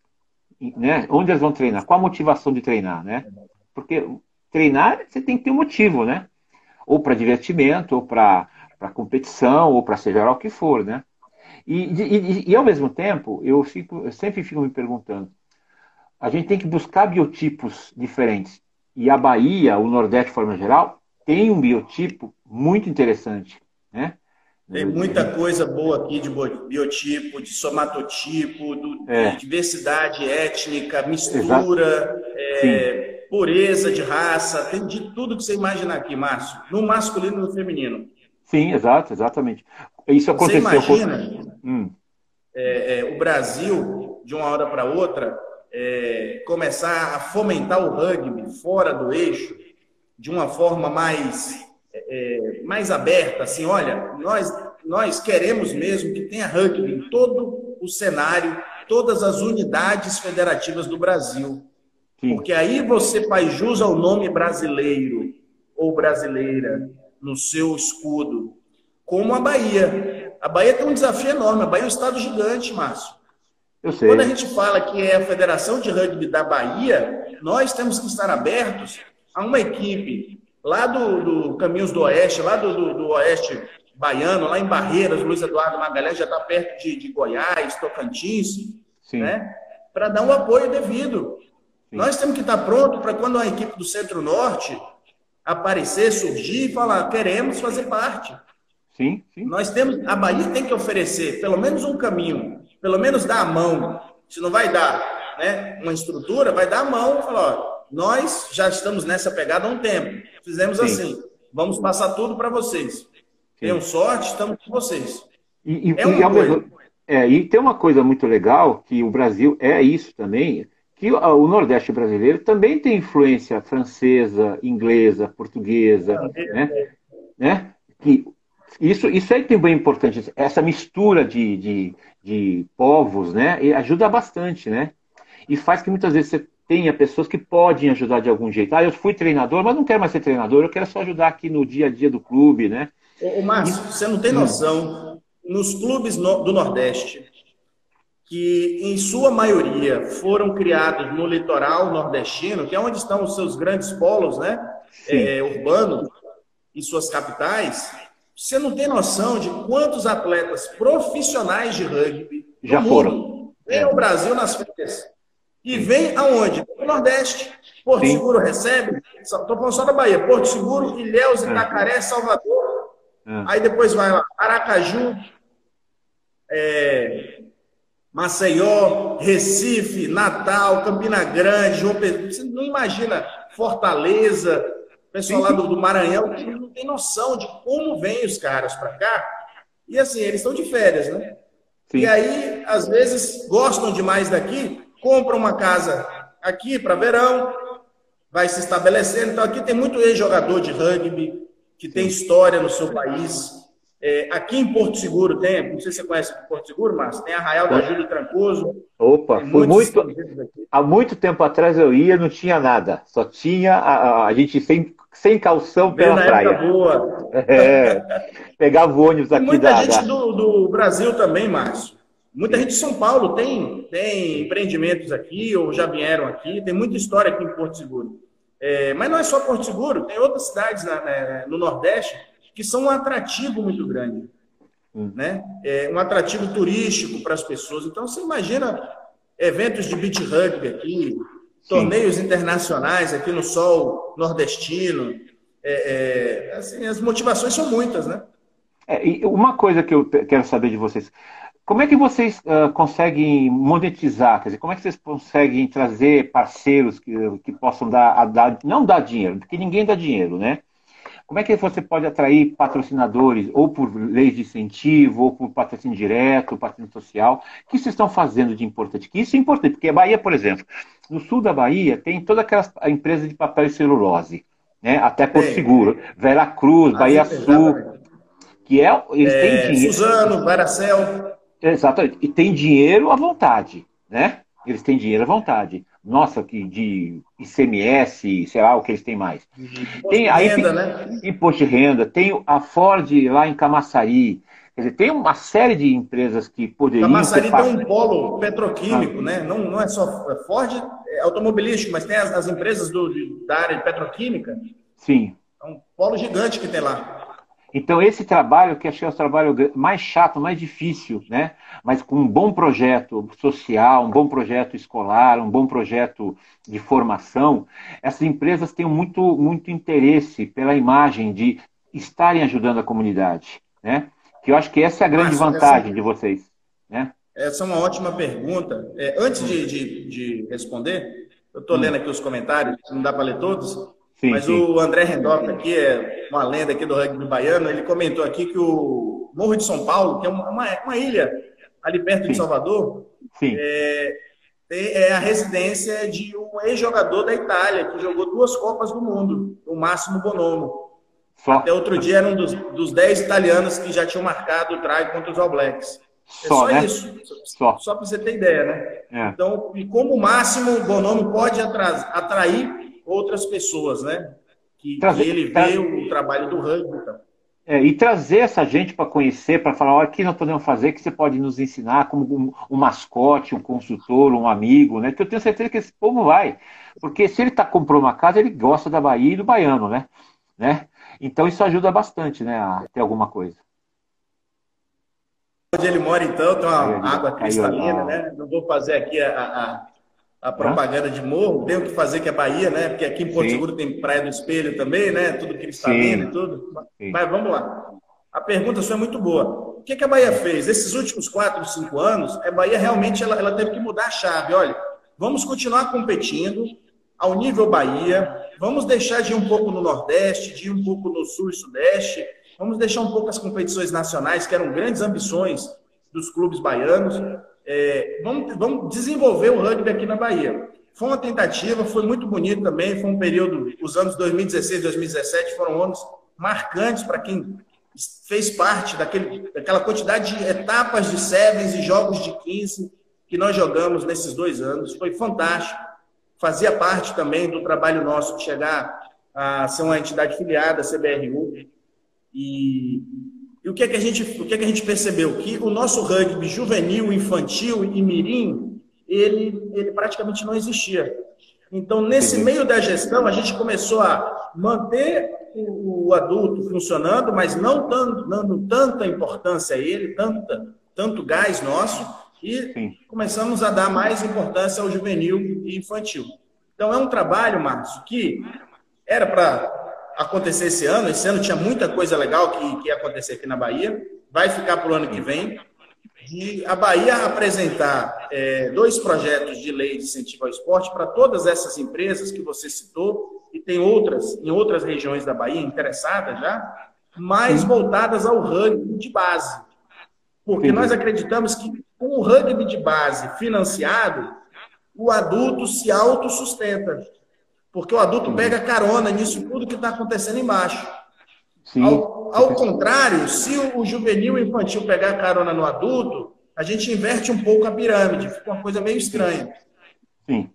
Né? Onde elas vão treinar? Qual a motivação de treinar? Né? Porque treinar, você tem que ter um motivo, né? Ou para divertimento, ou para competição, ou para seja lá o que for, né? E, e, e, ao mesmo tempo, eu, fico, eu sempre fico me perguntando, a gente tem que buscar biotipos diferentes. E a Bahia, o Nordeste de forma geral, tem um biotipo muito interessante, né? Tem muita coisa boa aqui de biotipo, de somatotipo, do, é. de diversidade étnica, mistura, é, pureza de raça, tem de tudo que você imaginar aqui, Márcio, no masculino e no feminino. Sim, exato, exatamente. Isso aconteceu. Você imagina com... hum. é, é, o Brasil, de uma hora para outra, é, começar a fomentar o rugby fora do eixo de uma forma mais, é, mais aberta, assim, olha, nós, nós queremos mesmo que tenha rugby em todo o cenário, todas as unidades federativas do Brasil. Sim. Porque aí você faz jus ao nome brasileiro ou brasileira no seu escudo, como a Bahia. A Bahia tem um desafio enorme, a Bahia é um estado gigante, Márcio. Eu sei. Quando a gente fala que é a Federação de Rugby da Bahia, nós temos que estar abertos a uma equipe lá do, do Caminhos do Oeste, lá do, do, do Oeste Baiano, lá em Barreiras, Luiz Eduardo Magalhães já está perto de, de Goiás, Tocantins, né? Para dar um apoio devido. Sim. Nós temos que estar prontos para quando a equipe do Centro-Norte aparecer, surgir e falar, queremos fazer parte. Sim, sim. Nós temos, a Bahia tem que oferecer pelo menos um caminho, pelo menos dar a mão. Se não vai dar, né, uma estrutura, vai dar a mão e falar, ó, nós já estamos nessa pegada há um tempo. Fizemos Sim. assim, vamos passar tudo para vocês. Sim. Tenham sorte, estamos com vocês. E, e, é e, mesmo, é, e tem uma coisa muito legal, que o Brasil é isso também, que o, o Nordeste brasileiro também tem influência francesa, inglesa, portuguesa, é, né? É. né? Que, isso, isso aí tem bem importante, essa mistura de, de, de povos, né? E ajuda bastante, né? E faz que muitas vezes você tenha pessoas que podem ajudar de algum jeito. Ah, eu fui treinador, mas não quero mais ser treinador, eu quero só ajudar aqui no dia a dia do clube, né? Ô, Márcio, e... você não tem noção, nos clubes no, do Nordeste, que em sua maioria foram criados no litoral nordestino, que é onde estão os seus grandes polos, né? É, urbanos e suas capitais, você não tem noção de quantos atletas profissionais de rugby já mundo foram vêm ao Brasil nas férias. E vem aonde? No Nordeste. Porto Sim. Seguro recebe, estou falando só da Bahia, Porto Seguro, Ilhéus, Itacaré, Salvador. É. Aí depois vai lá, Aracaju, é, Maceió, Recife, Natal, Campina Grande, João Pessoa. Você não imagina Fortaleza, pessoal lá do, do Maranhão, que não tem noção de como vêm os caras para cá. E assim, eles estão de férias, né? Sim. E aí, às vezes, gostam demais daqui, compram uma casa aqui para verão, vai se estabelecendo. Então, aqui tem muito ex-jogador de rugby, que tem história no seu país. É, aqui em Porto Seguro tem, não sei se você conhece Porto Seguro, mas tem Arraial da Júlio Trancoso. Opa, fui muito, há muito tempo atrás eu ia, não tinha nada, só tinha a, a gente sem, sem calção pela na praia. Época boa. É, pegava o ônibus aqui muita da... Muita gente da... do, do Brasil também, Márcio. Muita gente de São Paulo tem, tem empreendimentos aqui, ou já vieram aqui, tem muita história aqui em Porto Seguro. É, mas não é só Porto Seguro, tem outras cidades na, na, no Nordeste que são um atrativo muito grande, hum. né? É um atrativo turístico para as pessoas. Então, você imagina eventos de beach rugby aqui, Sim. torneios internacionais aqui no sol nordestino. É, é, assim, as motivações são muitas, né? É, e uma coisa que eu quero saber de vocês, como é que vocês uh, conseguem monetizar? Quer dizer, como é que vocês conseguem trazer parceiros que, que possam dar, dar, não dar dinheiro, porque ninguém dá dinheiro, né? Como é que você pode atrair patrocinadores, ou por leis de incentivo, ou por patrocínio direto, patrocínio social? O que vocês estão fazendo de importante? Que isso é importante, porque a Bahia, por exemplo, no sul da Bahia tem toda aquela empresa de papel e celulose, né? Até Porto é. Seguro, Vera Cruz, ah, Bahia sim, Sul, exatamente. que é, eles é, têm dinheiro. Suzano, Varacel. Exatamente, e tem dinheiro à vontade, né? Eles têm dinheiro à vontade. Nossa, que de I C M S, sei lá o que eles têm mais. Imposto tem de aí, renda, né? Imposto de renda. Tem a Ford lá em Camaçari. Quer dizer, tem uma série de empresas que poderiam... Camaçari tem um polo petroquímico, ah. né? Não, não é só Ford, é automobilístico, mas tem as, as empresas do, da área de petroquímica. Sim. É um polo gigante que tem lá. Então, esse trabalho, que achei o trabalho mais chato, mais difícil, né? Mas com um bom projeto social, um bom projeto escolar, um bom projeto de formação, essas empresas têm muito, muito interesse pela imagem de estarem ajudando a comunidade, né? Que eu acho que essa é a grande Márcio, vantagem essa, de vocês, né? Essa é uma ótima pergunta. É, antes hum. de, de, de responder, eu estou hum. lendo aqui os comentários, não dá para ler todos. Sim, Mas sim. o André Rendoff aqui, é uma lenda aqui do rugby baiano, ele comentou aqui que o Morro de São Paulo, que é uma, uma, uma ilha ali perto sim. de Salvador, sim. É, é a residência de um ex-jogador da Itália, que jogou duas Copas do Mundo, o Máximo Bonomo. Só. Até outro dia era um dos, dos dez italianos que já tinham marcado o try contra os All Blacks. É só, só né? isso. Só, só para você ter ideia, né? É. Então, e como o Máximo Bonomo pode atras, atrair outras pessoas, né? Que, trazer, que ele vê o trabalho do rugby. Então. É, e trazer essa gente para conhecer, para falar, olha, o que nós podemos fazer, que você pode nos ensinar, como um, um mascote, um consultor, um amigo, né? Que eu tenho certeza que esse povo vai. Porque se ele tá, comprou uma casa, ele gosta da Bahia e do baiano, né? né? Então isso ajuda bastante, né, a ter alguma coisa. Onde ele mora, então, tem uma aí, água cristalina, aí, né? Não vou fazer aqui a, a, a propaganda de morro, tenho que fazer que é Bahia, né? Porque aqui em Porto Sim. Seguro tem Praia do Espelho também, né? Tudo cristalino Sim. e tudo. Sim. Mas vamos lá. A pergunta sua é muito boa. O que, que a Bahia fez? Esses últimos quatro, cinco anos, a Bahia realmente ela, ela teve que mudar a chave. Olha, vamos continuar competindo ao nível Bahia, vamos deixar de ir um pouco no Nordeste, de ir um pouco no Sul e Sudeste, vamos deixar um pouco as competições nacionais, que eram grandes ambições dos clubes baianos, é, vamos, vamos desenvolver o rugby aqui na Bahia. Foi uma tentativa, foi muito bonito também, foi um período, os anos dois mil e dezesseis, dois mil e dezessete foram anos marcantes para quem fez parte daquele, daquela quantidade de etapas de sevens e jogos de quinze que nós jogamos nesses dois anos, foi fantástico. Fazia parte também do trabalho nosso de chegar a ser uma entidade filiada, a C B R U. E, e o, que é que a gente, o que é que a gente percebeu? Que o nosso rugby juvenil, infantil e mirim, ele, ele praticamente não existia. Então, nesse meio da gestão, a gente começou a manter o, o adulto funcionando, mas não dando, dando tanta importância a ele, tanta, tanto gás nosso, e Sim. começamos a dar mais importância ao juvenil e infantil. Então, é um trabalho, Márcio, que era para acontecer esse ano. Esse ano tinha muita coisa legal que, que ia acontecer aqui na Bahia. Vai ficar para o ano que vem. E a Bahia apresentar é, dois projetos de lei de incentivo ao esporte para todas essas empresas que você citou, e tem outras em outras regiões da Bahia interessadas já, mais Sim. voltadas ao rugby de base. Porque Sim. nós acreditamos que com o rugby de base financiado, o adulto se autossustenta. Porque o adulto pega carona nisso tudo que está acontecendo embaixo. Sim. Ao, ao contrário, se o juvenil e o infantil pegar carona no adulto, a gente inverte um pouco a pirâmide. Fica uma coisa meio estranha. Sim.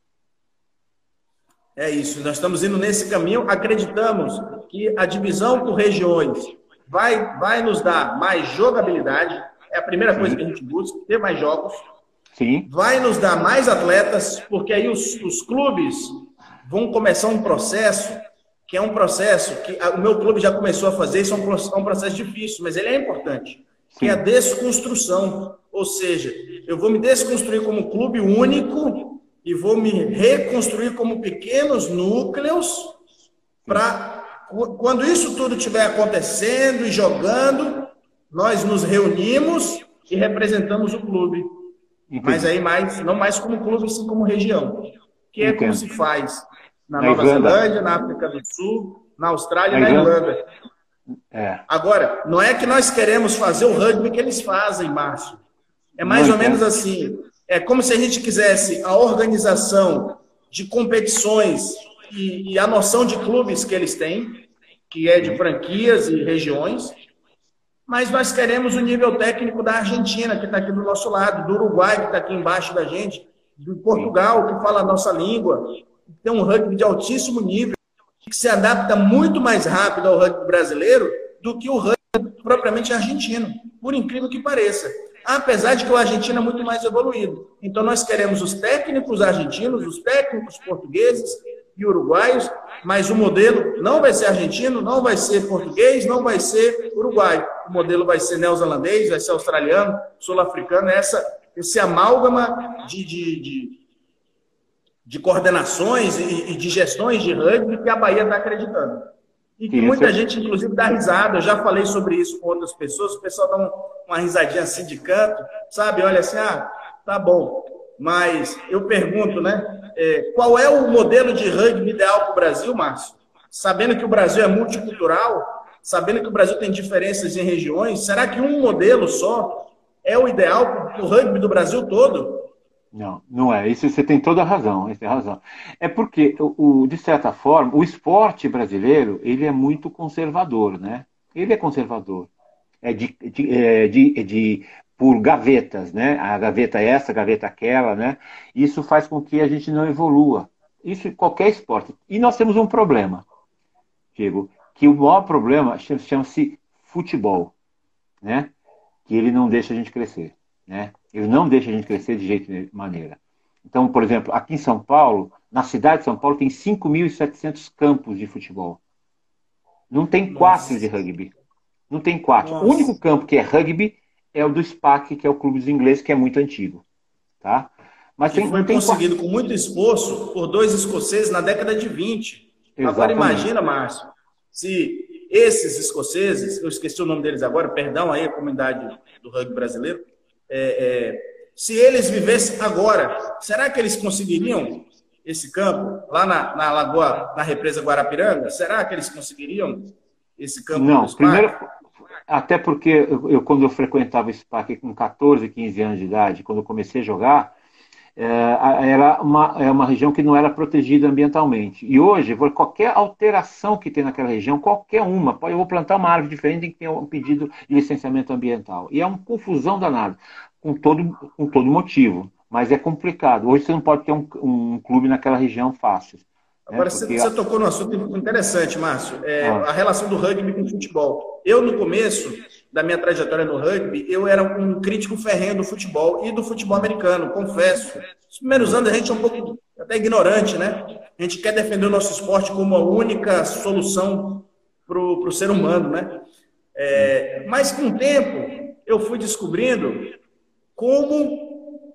É isso. Nós estamos indo nesse caminho. Acreditamos que a divisão por regiões vai, vai nos dar mais jogabilidade. É a primeira Sim. coisa que a gente busca, ter mais jogos. Sim. Vai nos dar mais atletas, porque aí os, os clubes vão começar um processo, que é um processo que o meu clube já começou a fazer, isso é um, é um processo difícil, mas ele é importante, Sim. que é a desconstrução. Ou seja, eu vou me desconstruir como clube único e vou me reconstruir como pequenos núcleos para, quando isso tudo estiver acontecendo e jogando, nós nos reunimos e representamos o clube. Entendi. Mas aí mais, não mais como clube, sim como região. Que é Entendo. Como se faz na, na Nova Irlanda. Zelândia, na África do Sul, na Austrália e na, na Irlanda. É. Agora, não é que nós queremos fazer o rugby que eles fazem, Márcio. É mais não ou menos assim. É como se a gente quisesse a organização de competições e, e a noção de clubes que eles têm, que é de franquias e regiões, mas nós queremos o nível técnico da Argentina, que está aqui do nosso lado, do Uruguai, que está aqui embaixo da gente, do Portugal, que fala a nossa língua, tem um rugby de altíssimo nível, que se adapta muito mais rápido ao rugby brasileiro do que o rugby propriamente argentino, por incrível que pareça. Apesar de que o argentino é muito mais evoluído. Então, nós queremos os técnicos argentinos, os técnicos portugueses e uruguaios, mas o modelo não vai ser argentino, não vai ser português, não vai ser uruguaio. O modelo vai ser neozelandês, vai ser australiano, sul-africano, essa, esse amálgama de, de, de, de coordenações e, e de gestões de rugby que a Bahia está acreditando. E que muita gente, inclusive, dá risada. Eu já falei sobre isso com outras pessoas, o pessoal dá um, uma risadinha assim de canto, sabe? Olha assim, ah, tá bom. Mas eu pergunto, né? É, qual é o modelo de rugby ideal para o Brasil, Márcio? Sabendo que o Brasil é multicultural, sabendo que o Brasil tem diferenças em regiões, será que um modelo só é o ideal para o rugby do Brasil todo? Não, não é. Isso você tem toda a razão, você tem razão. É porque, o, o- de certa forma, o esporte brasileiro, ele é muito conservador, né? Ele é conservador. É de, de, é de, é de- por gavetas, né? A gaveta é essa, a gaveta aquela, né? Isso faz com que a gente não evolua. Isso em qualquer esporte. E nós temos um problema, Diego, que o maior problema chama-se futebol, né? Que ele não deixa a gente crescer, né? Ele não deixa a gente crescer de jeito de maneira. Então, por exemplo, aqui em São Paulo, na cidade de São Paulo, tem cinco mil e setecentos campos de futebol. Não tem quatro de Nossa, rugby. Não tem quatro. O nossa. único campo que é rugby é o do SPAC, que é o clube dos ingleses, que é muito antigo, tá? Mas Que tem, não foi tem quatro. conseguido com muito esforço por dois escoceses na década de vinte. Agora Exatamente. imagina, Márcio, se esses escoceses, eu esqueci o nome deles agora, perdão aí a comunidade do rugby brasileiro, é, é, se eles vivessem agora, será que eles conseguiriam esse campo lá na, na Lagoa, na represa Guarapiranga? Será que eles conseguiriam esse campo do Não, primeiro, SPAC? até porque eu, eu, quando eu frequentava o SPAC com catorze, quinze anos de idade, quando eu comecei a jogar, é, era uma, é uma região que não era protegida ambientalmente. E hoje, por qualquer alteração que tem naquela região, qualquer uma, pode, eu vou plantar uma árvore diferente, tem que ter um pedido de licenciamento ambiental. E é uma confusão danada, com todo, com todo motivo. Mas é complicado. Hoje você não pode ter um, um clube naquela região fácil. Né? Agora, você, Porque. você tocou no assunto interessante, Márcio, é, Ah, a relação do rugby com o futebol. Eu, no começo da minha trajetória no rugby, eu era um crítico ferrenho do futebol e do futebol americano, confesso. Nos primeiros anos a gente é um pouco até ignorante, né? A gente quer defender o nosso esporte como a única solução para o ser humano, né? É, mas com o tempo eu fui descobrindo como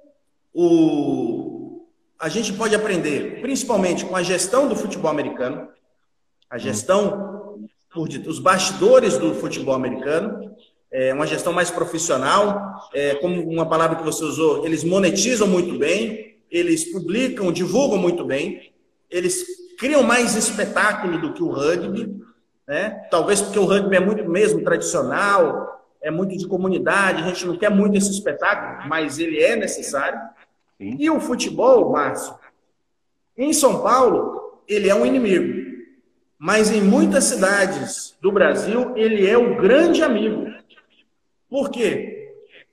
o, a gente pode aprender, principalmente com a gestão do futebol americano, a hum, gestão por os bastidores do futebol americano, é uma gestão mais profissional, é, como uma palavra que você usou, eles monetizam muito bem, eles publicam, divulgam muito bem, eles criam mais espetáculo do que o rugby, né? Talvez porque o rugby é muito mesmo tradicional, é muito de comunidade, a gente não quer muito esse espetáculo, mas ele é necessário. sim, E o futebol, Márcio, em São Paulo, ele é um inimigo. Mas em muitas cidades do Brasil, ele é o grande amigo. Por quê?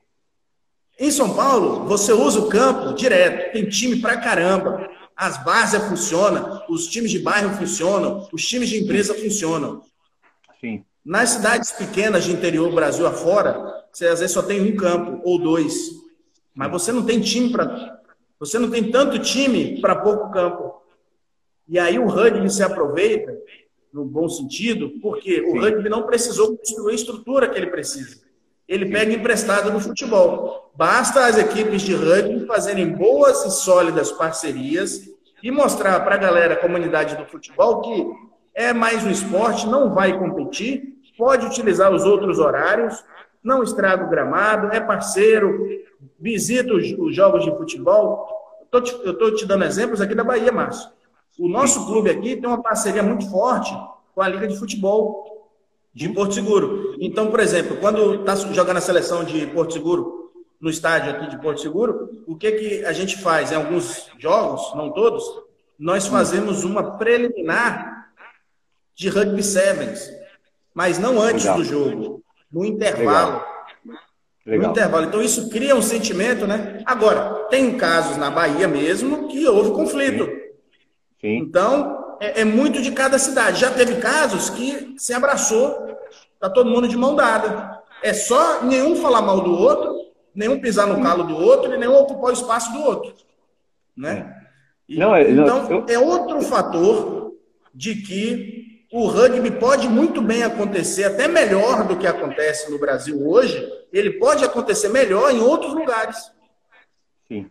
Em São Paulo, você usa o campo direto, tem time pra caramba. As bases funcionam, os times de bairro funcionam, os times de sim, empresa funcionam. sim, Nas cidades pequenas de interior Brasil afora, você às vezes só tem um campo ou dois. Mas sim, você não tem time para. Você não tem tanto time para pouco campo. E aí o rugby se aproveita, no bom sentido, porque o sim, rugby não precisou construir a estrutura que ele precisa. Ele sim, pega emprestado no futebol. Basta as equipes de rugby fazerem boas e sólidas parcerias e mostrar para a galera, a comunidade do futebol, que é mais um esporte, não vai competir, pode utilizar os outros horários, não estraga o gramado, é parceiro, visita os, os jogos de futebol. Eu estou te, te dando exemplos aqui da Bahia, Márcio. O sim. nosso clube aqui tem uma parceria muito forte com a Liga de Futebol de Hum, Porto Seguro. Então, por exemplo, quando está jogando a seleção de Porto Seguro, no estádio aqui de Porto Seguro, o que, que a gente faz? Em alguns jogos, não todos, nós hum, fazemos uma preliminar de rugby sevens, mas não antes do legal, jogo, no legal, intervalo. No legal. intervalo. Então, isso cria um sentimento, né? Agora, tem casos na Bahia mesmo que houve conflito. Sim, sim, Então, é, é muito de cada cidade. Já teve casos que se abraçou, tá todo mundo de mão dada. É só nenhum falar mal do outro, nenhum pisar no sim. calo do outro e nenhum ocupar o espaço do outro, É. né? Não, E, é, não, então, eu, é outro fator de que o rugby pode muito bem acontecer, até melhor do que acontece no Brasil hoje, ele pode acontecer melhor em outros lugares. sim.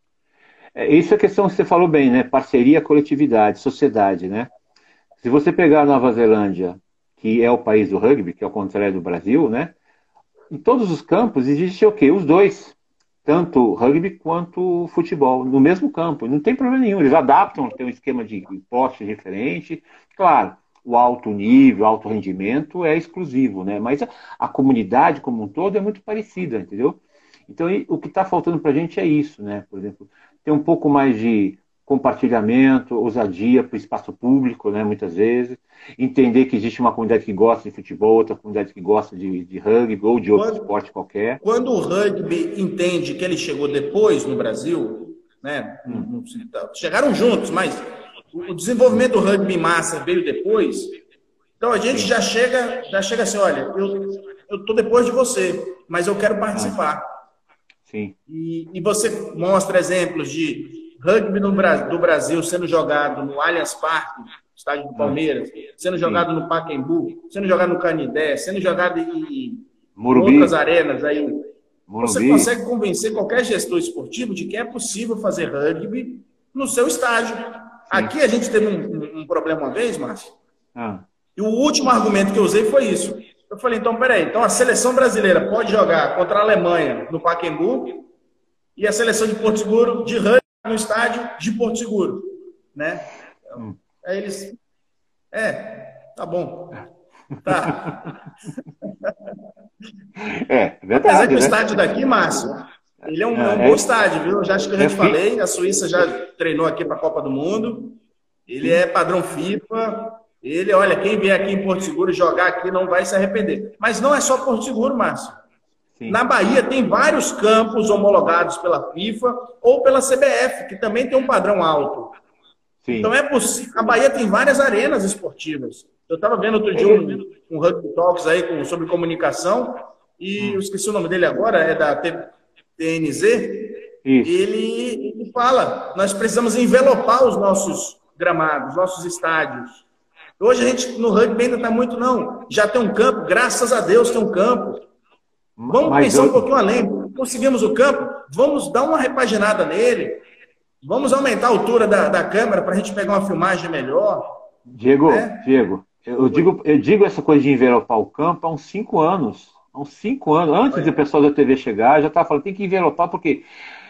É, isso é a questão que você falou bem, né? Parceria, coletividade, sociedade, né? Se você pegar a Nova Zelândia, que é o país do rugby, que é o contrário do Brasil, né? Em todos os campos existe o quê? Os dois. Tanto rugby quanto futebol, no mesmo campo. Não tem problema nenhum. Eles adaptam, tem um esquema de poste diferente. Claro, o alto nível, alto rendimento é exclusivo, né? Mas a, a comunidade como um todo é muito parecida, entendeu? Então, o que está faltando para a gente é isso, né? Por exemplo, ter um pouco mais de compartilhamento, ousadia para o espaço público, né, muitas vezes, entender que existe uma comunidade que gosta de futebol, outra comunidade que gosta de, de rugby ou de outro Quando, esporte qualquer. quando o rugby entende que ele chegou depois no Brasil, né, hum. chegaram juntos, mas o desenvolvimento do rugby em massa veio depois, então a gente já chega, já chega assim, olha, eu estou depois de você, mas eu quero participar. Ah, sim. E, e você mostra exemplos de rugby no Brasil, do Brasil sendo jogado no Allianz Parque, estádio do Palmeiras, sendo jogado no Pacaembu, sendo jogado no Canindé, sendo jogado em Morumbi. outras arenas aí. Morumbi. Você consegue convencer qualquer gestor esportivo de que é possível fazer rugby no seu estádio. Sim. Aqui a gente teve um, um problema uma vez, Márcio, ah. e o último argumento que eu usei foi isso. Eu falei, então, peraí, então a seleção brasileira pode jogar contra a Alemanha no Pacaembu e a seleção de Porto Seguro de rugby no estádio de Porto Seguro, né? Hum. Aí eles, é, tá bom, tá. É, verdade. Apesar que né? o estádio daqui, Márcio, ele é um, é, é um bom é, estádio, viu? Já acho que eu já te falei, a Suíça já treinou aqui para a Copa do Mundo, ele é padrão FIFA, ele, olha, quem vier aqui em Porto Seguro jogar aqui não vai se arrepender. Mas não é só Porto Seguro, Márcio. Sim. Na Bahia tem vários campos homologados pela FIFA ou pela C B F, que também tem um padrão alto. Sim. Então é possível. A Bahia tem várias arenas esportivas. Eu estava vendo outro dia um, um Rugby Talks aí com, sobre comunicação, e hum. eu esqueci o nome dele agora, é da T N Z. Isso. Ele, ele fala, nós precisamos envelopar os nossos gramados, nossos estádios. Hoje a gente no rugby ainda está muito, não. Já tem um campo, graças a Deus tem um campo. Vamos Mas pensar eu... um pouquinho além. Conseguimos o campo, vamos dar uma repaginada nele, vamos aumentar a altura da, da câmera para a gente pegar uma filmagem melhor. Diego, né? Diego, eu digo, eu digo essa coisa de envelopar o campo há uns cinco anos. Há uns cinco anos, antes Olha. do pessoal da T V chegar, eu já estava falando, tem que envelopar, porque...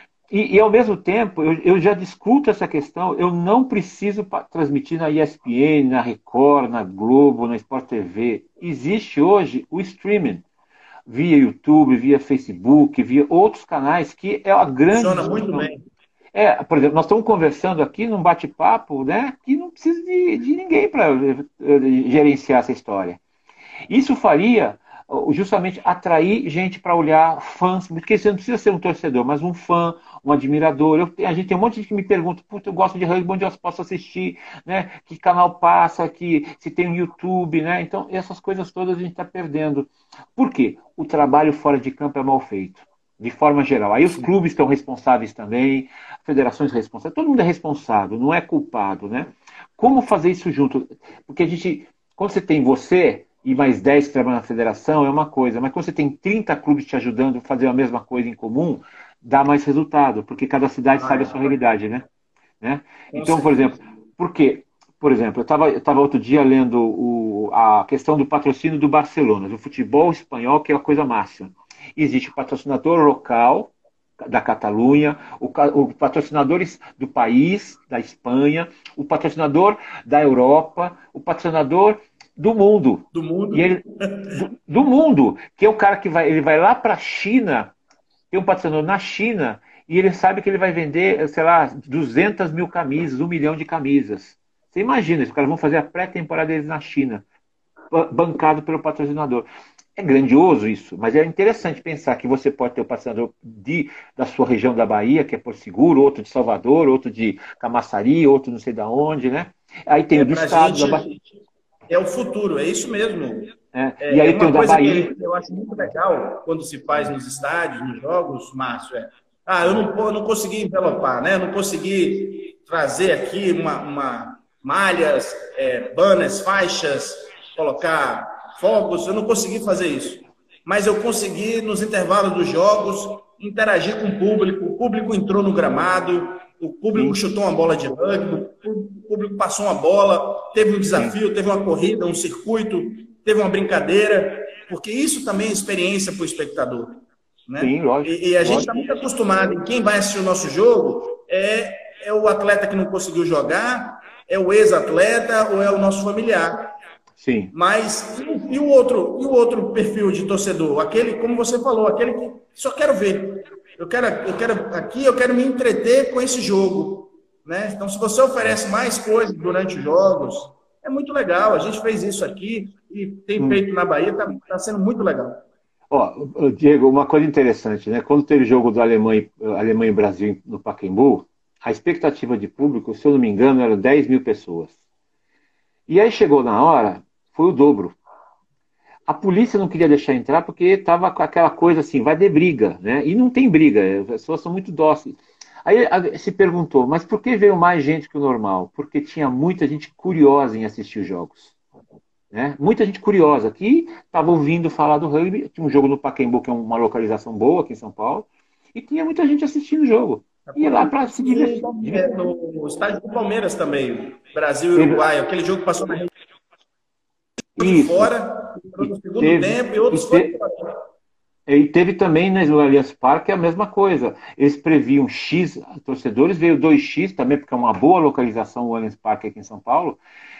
E, e ao mesmo tempo, eu, eu já discuto essa questão, eu não preciso transmitir na E S P N, na Record, na Globo, na Sport T V. Existe hoje o streaming. Via YouTube, via Facebook, via outros canais, que é a grande... Funciona muito bem. É, por exemplo, nós estamos conversando aqui num bate-papo, né, que não precisa de, de ninguém para gerenciar essa história. Isso faria justamente atrair gente para olhar, fãs, porque você não precisa ser um torcedor, mas um fã, um admirador. Eu, a gente tem um monte de gente que me pergunta, puta, eu gosto de rugby, onde eu posso assistir, né? Que canal passa, que, se tem um YouTube, né? Então, essas coisas todas a gente está perdendo. Por quê? O trabalho fora de campo é mal feito, de forma geral. Aí os clubes estão responsáveis também, federações responsáveis, todo mundo é responsável, não é culpado, né? Como fazer isso junto? Porque a gente, quando você tem você... e mais dez que trabalham na federação, é uma coisa. Mas quando você tem trinta clubes te ajudando a fazer a mesma coisa em comum, dá mais resultado, porque cada cidade ah, sabe é. a sua realidade, né? né? Então, por exemplo, por quê? Por exemplo, eu estava eu tava outro dia lendo o, a questão do patrocínio do Barcelona, do futebol espanhol, que é a coisa máxima. Existe o patrocinador local da Catalunha, o, o patrocinadores do país, da Espanha, o patrocinador da Europa, o patrocinador do mundo. Do mundo. E ele, do, do mundo, que é o cara que vai, ele vai lá para a China, tem um patrocinador na China, e ele sabe que ele vai vender, sei lá, duzentas mil camisas, um milhão de camisas. Você imagina, os caras vão fazer a pré-temporada deles na China, bancado pelo patrocinador. É grandioso isso, mas é interessante pensar que você pode ter o patrocinador de, da sua região da Bahia, que é Porto Seguro, outro de Salvador, outro de Camaçari, outro não sei de onde, né? Aí tem é, o do estado gente... da Bahia. É o futuro, é isso mesmo. É. É, e aí tem o da Bahia. Que eu acho muito legal quando se faz nos estádios, nos jogos, Márcio, é. Ah, eu não, eu não consegui envelopar, né? Eu não consegui trazer aqui uma, uma malhas, é, banners, faixas, colocar fogos, eu não consegui fazer isso. Mas eu consegui, nos intervalos dos jogos, interagir com o público, o público entrou no gramado, o público Sim. chutou uma bola de rugby, o público passou uma bola, teve um desafio, Sim. teve uma corrida, um circuito, teve uma brincadeira, porque isso também é experiência para o espectador. Né? Sim, lógico. E, e a gente está lógico. muito acostumado em quem vai assistir o nosso jogo é, é o atleta que não conseguiu jogar, é o ex-atleta ou é o nosso familiar. Sim. Mas e o outro, e o outro perfil de torcedor? Aquele, como você falou, aquele que só quero ver. Eu quero, eu quero aqui, eu quero me entreter com esse jogo, né? Então, se você oferece mais coisas durante os jogos, é muito legal. A gente fez isso aqui e tem feito na Bahia, tá, tá sendo muito legal. Ó, Diego, uma coisa interessante, né? Quando teve o jogo do Alemanha, Alemanha e Brasil no Pacaembu, a expectativa de público, se eu não me engano, era dez mil pessoas. E aí chegou na hora, foi o dobro. A polícia não queria deixar entrar porque estava com aquela coisa assim, vai ter briga, né? E não tem briga, as pessoas são muito dóceis. Aí se perguntou, mas por que veio mais gente que o normal? Porque tinha muita gente curiosa em assistir os jogos. Né? Muita gente curiosa que estava ouvindo falar do rugby. Tinha um jogo no Pacaembu, que é uma localização boa aqui em São Paulo, e tinha muita gente assistindo o jogo. Ia lá para se divertir. No estádio do Palmeiras também, Brasil e Uruguai, aquele jogo que passou na rede de fora, no segundo teve, tempo, e outros foram fora. E teve também no Allianz Parque a mesma coisa. Eles previam X torcedores, veio dois X também, porque é uma boa localização o Allianz Parque aqui em São Paulo.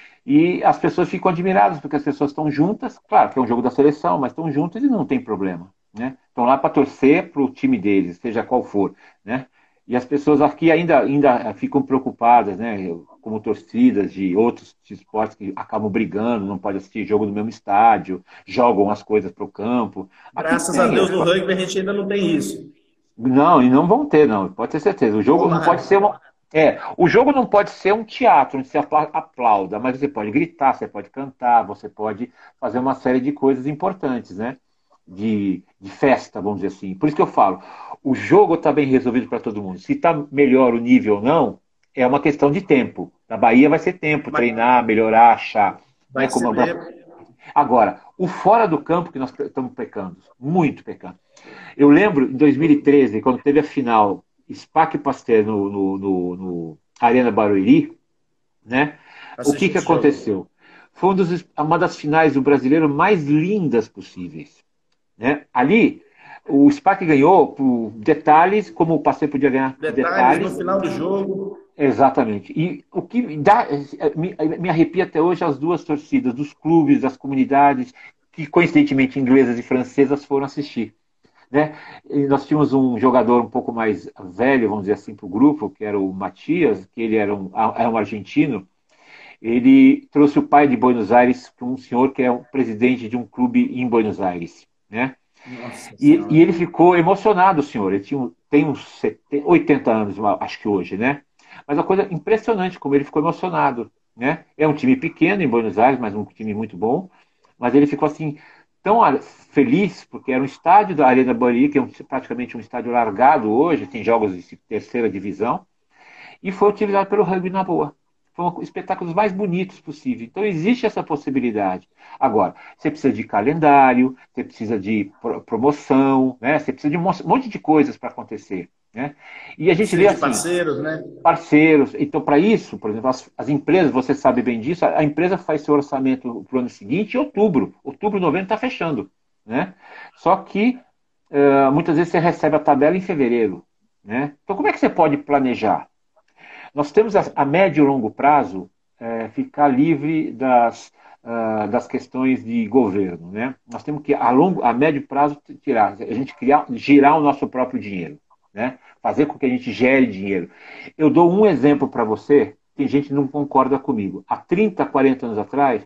E as pessoas ficam admiradas, porque as pessoas estão juntas, claro que é um jogo da seleção, mas estão juntas e não tem problema. Né? Estão lá para torcer para o time deles, seja qual for. Né? E as pessoas aqui ainda, ainda ficam preocupadas, né? Como torcidas de outros esportes que acabam brigando, não pode assistir jogo no mesmo estádio, jogam as coisas para o campo. Graças a Deus no rugby a gente ainda não tem isso. Não, e não vão ter, não, pode ter certeza. O jogo não pode ser uma... É, o jogo não pode ser um teatro onde você aplauda, mas você pode gritar, você pode cantar, você pode fazer uma série de coisas importantes, né? De, de festa, vamos dizer assim. Por isso que eu falo, o jogo está bem resolvido para todo mundo. Se está melhor o nível ou não, é uma questão de tempo. Na Bahia vai ser tempo, mas... treinar, melhorar, achar. Vai né? Como ser a... Agora, o fora do campo que nós estamos pecando, muito pecando. Eu lembro, em dois mil e treze, quando teve a final SPAC Pasteur no, no, no, no Arena Barueri, né? O que, que aconteceu? Foi um dos, uma das finais do brasileiro mais lindas possíveis. Né? Ali, o SPAC ganhou por detalhes, como o Pasteur podia ganhar por detalhes. Detalhes no final do jogo. Exatamente. E o que dá, me, me arrepia até hoje as duas torcidas, dos clubes, das comunidades, que coincidentemente inglesas e francesas foram assistir. Né? E nós tínhamos um jogador um pouco mais velho, vamos dizer assim, para o grupo, que era o Matias, que ele era um, era um argentino. Ele trouxe o pai de Buenos Aires para um senhor que é o presidente de um clube em Buenos Aires. Né? E, e ele ficou emocionado, o senhor. Ele tinha, tem uns setenta, oitenta anos, acho que hoje, né? Mas uma coisa impressionante como ele ficou emocionado. Né? É um time pequeno em Buenos Aires, mas um time muito bom. Mas ele ficou assim... tão feliz, porque era um estádio da Arena Barueri, que é um, praticamente um estádio largado hoje, tem jogos de terceira divisão, e foi utilizado pelo rugby na boa. Foi um espetáculo dos mais bonitos possível. Então existe essa possibilidade. Agora, você precisa de calendário, você precisa de promoção, né? Você precisa de um monte de coisas para acontecer. Né? E a gente vê assim, parceiros, né? Parceiros. Então, para isso, por exemplo, as, as empresas, você sabe bem disso, a, a empresa faz seu orçamento para o ano seguinte em outubro. Outubro, novembro está fechando. Né? Só que uh, muitas vezes você recebe a tabela em fevereiro. Né? Então, como é que você pode planejar? Nós temos a, a médio e longo prazo é, ficar livre das, uh, das questões de governo. Né? Nós temos que, a, longo, a médio prazo, tirar, a gente criar, girar o nosso próprio dinheiro. Né? Fazer com que a gente gere dinheiro. Eu dou um exemplo para você, tem gente que não concorda comigo. Há trinta, quarenta anos atrás,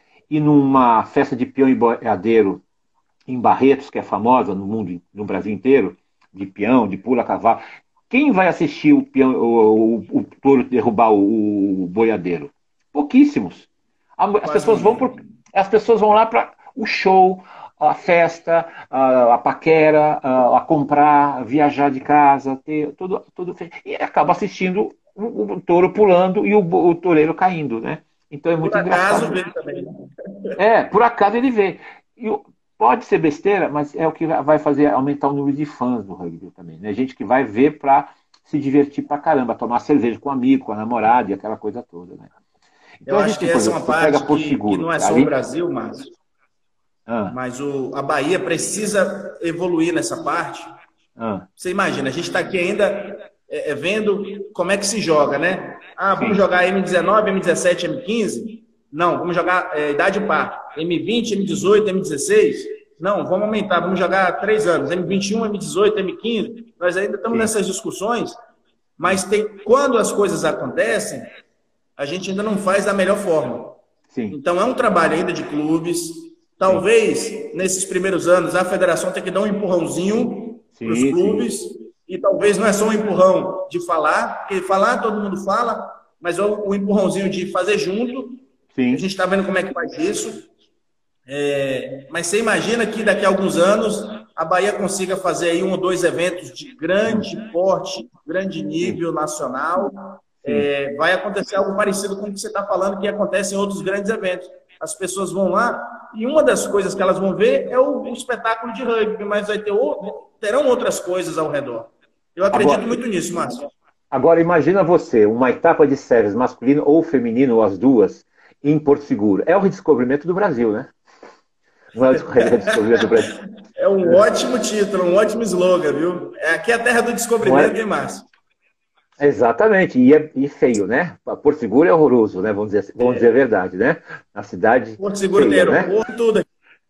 e numa festa de peão e boiadeiro em Barretos, que é famosa no mundo, no Brasil inteiro, de peão, de pula cavalo, quem vai assistir o, peão, o, o, o touro derrubar o, o boiadeiro? Pouquíssimos. As pessoas vão, por, as pessoas vão lá para o show, a festa, a, a paquera, a, a comprar, a viajar de casa, ter tudo, tudo e acaba assistindo o, o touro pulando e o, o toureiro caindo, né? Então é muito por engraçado. Acaso vê também. É, por acaso ele vê. E pode ser besteira, mas é o que vai fazer aumentar o número de fãs do rugby também, né? Gente que vai ver para se divertir pra caramba, tomar cerveja com um amigo, com a namorada e aquela coisa toda, né? Então, eu acho que essa é uma parte que, que não é só ali... o Brasil, Márcio. Ah. Mas o, a Bahia precisa evoluir nessa parte. Ah. Você imagina, a gente está aqui ainda é, é, vendo como é que se joga, né? Ah, vamos Sim. jogar M dezenove, M dezessete, M quinze? Não, vamos jogar é, idade par. M vinte, M dezoito, M dezesseis. Não, vamos aumentar, vamos jogar três anos, M vinte e um, M dezoito, M quinze. Nós ainda estamos Sim. nessas discussões, mas tem, quando as coisas acontecem, a gente ainda não faz da melhor forma. Sim. Então, é um trabalho ainda de clubes. Talvez, sim, nesses primeiros anos, a federação tenha que dar um empurrãozinho para os clubes. Sim. E talvez não é só um empurrão de falar, porque falar todo mundo fala, mas é o empurrãozinho de fazer junto. Sim. A gente está vendo como é que faz isso. É, mas você imagina que daqui a alguns anos a Bahia consiga fazer aí um ou dois eventos de grande porte, grande nível nacional. É, vai acontecer algo parecido com o que você está falando, que acontece em outros grandes eventos. As pessoas vão lá e uma das coisas que elas vão ver é o, o espetáculo de rugby, mas vai ter outro, terão outras coisas ao redor. Eu acredito agora, muito nisso, Márcio. Agora, imagina você, uma etapa de séries masculino ou feminino, ou as duas, em Porto Seguro. É o redescobrimento do Brasil, né? Não é o redescobrimento do Brasil. É um ótimo título, um ótimo slogan, viu? É aqui a terra do descobrimento, é? Hein, Márcio? Exatamente, e é e feio, né? Porto Seguro é horroroso, né? Vamos dizer, vamos é. dizer a verdade, né? A cidade. Porto Seguro feia, tem aeroporto, né? Tudo.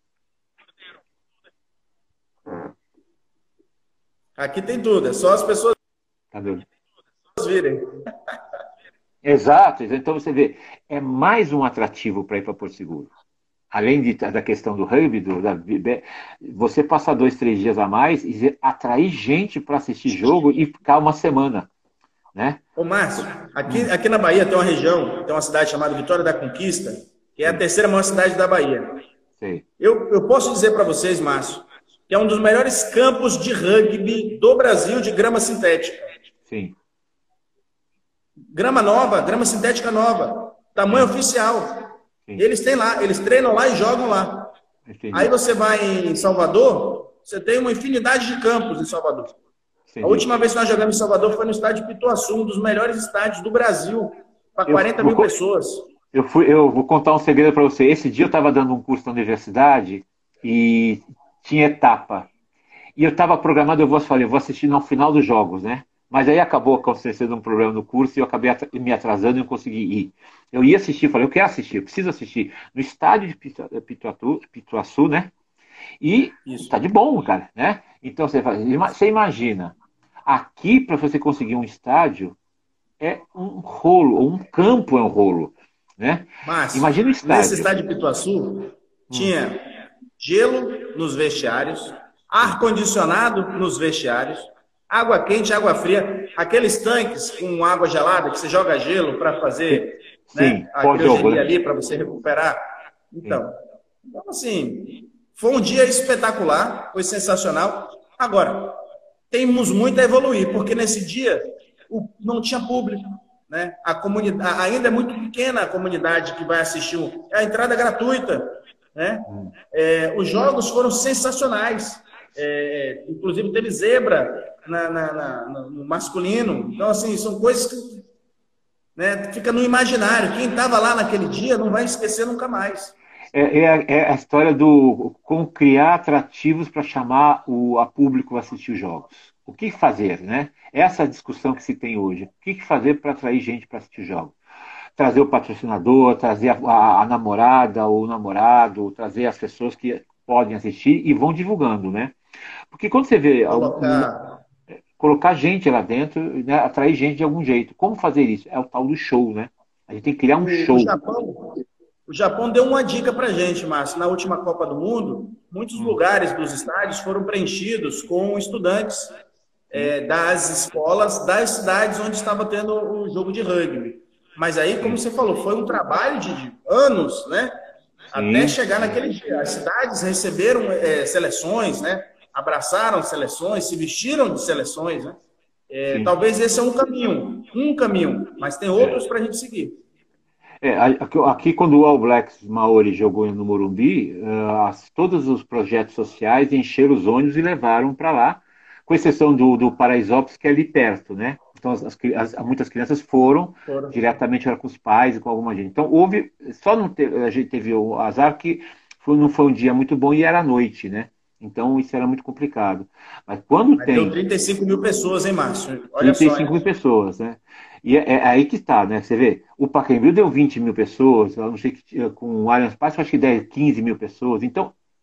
Aqui tem tudo, é só as pessoas tá vendo? virem. Exato, então você vê, é mais um atrativo para ir para Porto Seguro. Além de, da questão do rugby, do, da, você passar dois, três dias a mais e atrair gente para assistir jogo e ficar uma semana. Né? Ô, Márcio, aqui, aqui na Bahia tem uma região, tem uma cidade chamada Vitória da Conquista, que é a terceira maior cidade da Bahia. Sim. Eu, eu posso dizer para vocês, Márcio, que é um dos melhores campos de rugby do Brasil de grama sintética. Sim. Grama nova, grama sintética nova, tamanho Sim. oficial. Sim. Eles têm lá, eles treinam lá e jogam lá. Entendi. Aí você vai em Salvador, você tem uma infinidade de campos em Salvador. Entendi. A última vez que nós jogamos em Salvador foi no estádio Pituaçu, um dos melhores estádios do Brasil, para quarenta mil pessoas. Eu, fui, eu vou contar um segredo para você. Esse dia eu estava dando um curso na universidade e tinha etapa. E eu estava programado, eu vou, falei, eu vou assistir no final dos jogos, né? Mas aí acabou acontecendo um problema no curso e eu acabei me atrasando e não consegui ir. Eu ia assistir, falei, eu quero assistir, eu preciso assistir no estádio de Pituaçu, Pituaçu, né? E está de bom, cara, né? Então você, você imagina, aqui para você conseguir um estádio é um rolo, ou um campo é um rolo, né? Mas, imagina o estádio. Nesse estádio de Pituaçu hum. tinha gelo nos vestiários, ar-condicionado nos vestiários, água quente, água fria, aqueles tanques com água gelada que você joga gelo para fazer Sim, né, a criogenia ali para você recuperar. Então, então, assim, foi um dia espetacular, foi sensacional. Agora, temos muito a evoluir, porque nesse dia o, não tinha público, né? A comunidade, ainda é muito pequena a comunidade que vai assistir, a entrada é gratuita, né? É, os jogos foram sensacionais. É, inclusive teve zebra na, na, na, no masculino. Então, assim, são coisas que né, fica no imaginário. Quem estava lá naquele dia não vai esquecer nunca mais. É, é, é a história do como criar atrativos para chamar o a público a assistir os jogos. O que fazer, né? Essa discussão que se tem hoje. O que fazer para atrair gente para assistir os jogos? Trazer o patrocinador, trazer a, a, a namorada ou o namorado, trazer as pessoas que podem assistir e vão divulgando, né? Porque quando você vê colocar, um, colocar gente lá dentro, né, atrair gente de algum jeito. Como fazer isso? É o tal do show, né? A gente tem que criar um o, show. O Japão, o Japão deu uma dica pra gente, Márcio. Na última Copa do Mundo, muitos hum. lugares dos estádios foram preenchidos com estudantes é, das escolas das cidades onde estava tendo o jogo de rugby. Mas aí, como você falou, foi um trabalho de anos, né? Sim. Até chegar naquele dia. As cidades receberam é, seleções, né? Abraçaram seleções, se vestiram de seleções, né? É, talvez esse é um caminho, um caminho, mas tem outros é. para a gente seguir. É, aqui, quando o All Blacks Maori jogou no Morumbi, uh, todos os projetos sociais encheram os ônibus e levaram para lá, com exceção do, do Paraisópolis, que é ali perto, né? Então, as, as, muitas crianças foram, foram. diretamente com os pais e com alguma gente. Então, houve, só não teve, a gente teve o azar que foi, não foi um dia muito bom e era à noite, né? Então, isso era muito complicado. Mas quando Mas tem... Deu trinta e cinco mil pessoas, hein, Márcio? Olha trinta e cinco mil pessoas, né? E é, é aí que está, né? Você vê, o Pacaembu deu vinte mil pessoas, eu não sei que com o Allianz Parque, eu acho que dez, quinze mil pessoas. Então,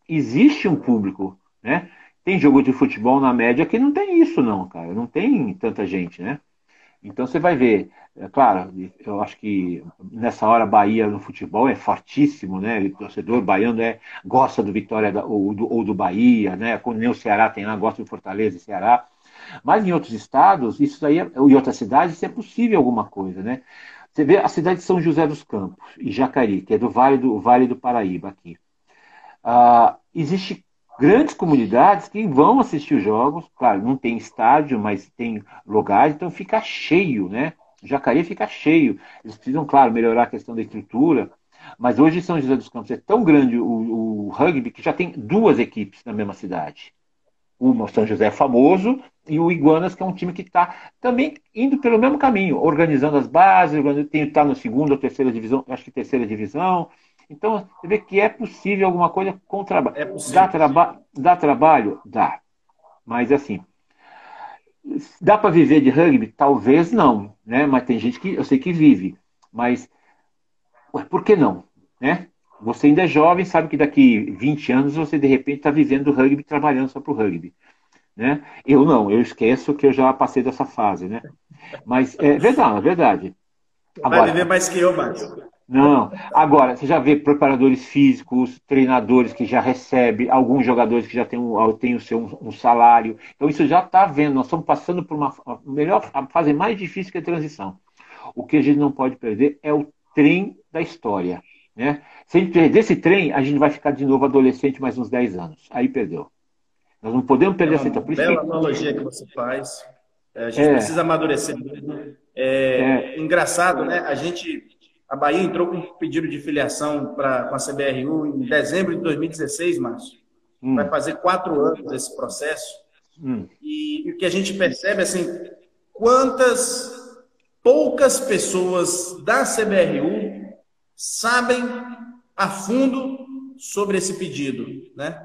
existe um público, né? Tem jogo de futebol na média que não tem isso, não, cara. Não tem tanta gente, né? Então você vai ver, é claro, eu acho que nessa hora Bahia no futebol é fortíssimo, né? O torcedor baiano é, gosta do Vitória da- ou do, ou do Bahia, né? Quando nem o Ceará tem lá, gosta do Fortaleza e Ceará. Mas em outros estados, isso aí, é, ou em outras cidades, isso é possível alguma coisa, né? Você vê a cidade de São José dos Campos e Jacareí, que é do Vale do, Vale do Paraíba aqui. Ah, existe grandes comunidades que vão assistir os jogos, claro, não tem estádio, mas tem lugares, então fica cheio, né? Jacareí fica cheio. Eles precisam, claro, melhorar a questão da estrutura, mas hoje São José dos Campos é tão grande o, o rugby que já tem duas equipes na mesma cidade. Uma, o São José é famoso, e o Iguanas, que é um time que está também indo pelo mesmo caminho, organizando as bases, tem está na segunda ou terceira divisão, acho que terceira divisão. Então, você vê que é possível alguma coisa com trabalho. É Dá, possível. traba dá trabalho? Dá. Mas assim, dá para viver de rugby? Talvez não, né? Mas tem gente que eu sei que vive. Mas ué, por que não? Né? Você ainda é jovem, sabe que daqui vinte anos você de repente está vivendo o rugby, trabalhando só para o rugby. Né? Eu não, eu esqueço que eu já passei dessa fase, né? Mas é verdade, é verdade. Vai viver Agora, mais que eu, Márcio. não. Agora, você já vê preparadores físicos, treinadores que já recebem, alguns jogadores que já têm, um, têm o seu um, um salário. Então, isso já está vendo. Nós estamos passando por uma a melhor, a fase mais difícil que é a transição. O que a gente não pode perder é o trem da história. Né? Se a gente perder esse trem, a gente vai ficar de novo adolescente mais uns dez anos. Aí perdeu. Nós não podemos É perder essa uma etapa. Por isso bela que. analogia que você faz. É, a gente É, precisa amadurecer mesmo. É, é, engraçado, né? A gente, a Bahia entrou com um pedido de filiação pra, com a C B R U em dezembro de dois mil e dezesseis, Márcio. Vai hum, fazer quatro anos esse processo. hum. E, e o que a gente percebe, assim, quantas poucas pessoas da C B R U sabem a fundo sobre esse pedido, né?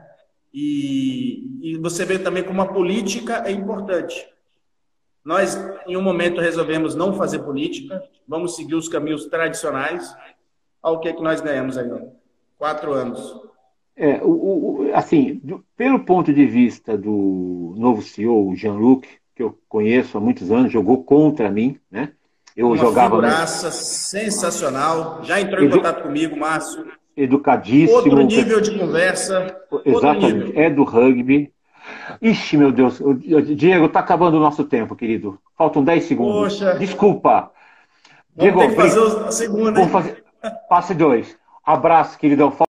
E, e você vê também como a política é importante. Nós, em um momento, resolvemos não fazer política, vamos seguir os caminhos tradicionais. Olha o que, é que nós ganhamos aí, ó. Quatro anos. É, o, o- assim, do- pelo ponto de vista do novo C E O, o Jean-Luc, que eu conheço há muitos anos, jogou contra mim, né? Eu Uma jogava no figuraça sensacional. Já entrou em edu, contato comigo, Márcio. Outro educadíssimo, nível de conversa, outro exatamente, nível. é do rugby. Ixi, meu Deus, eu- eu- Diego, tá acabando o nosso tempo, querido. Faltam dez segundos. Poxa, Desculpa. vamos Diego, ter que fazer bri- a segunda, vamos hein? fazer passe dois. Abraço, queridão.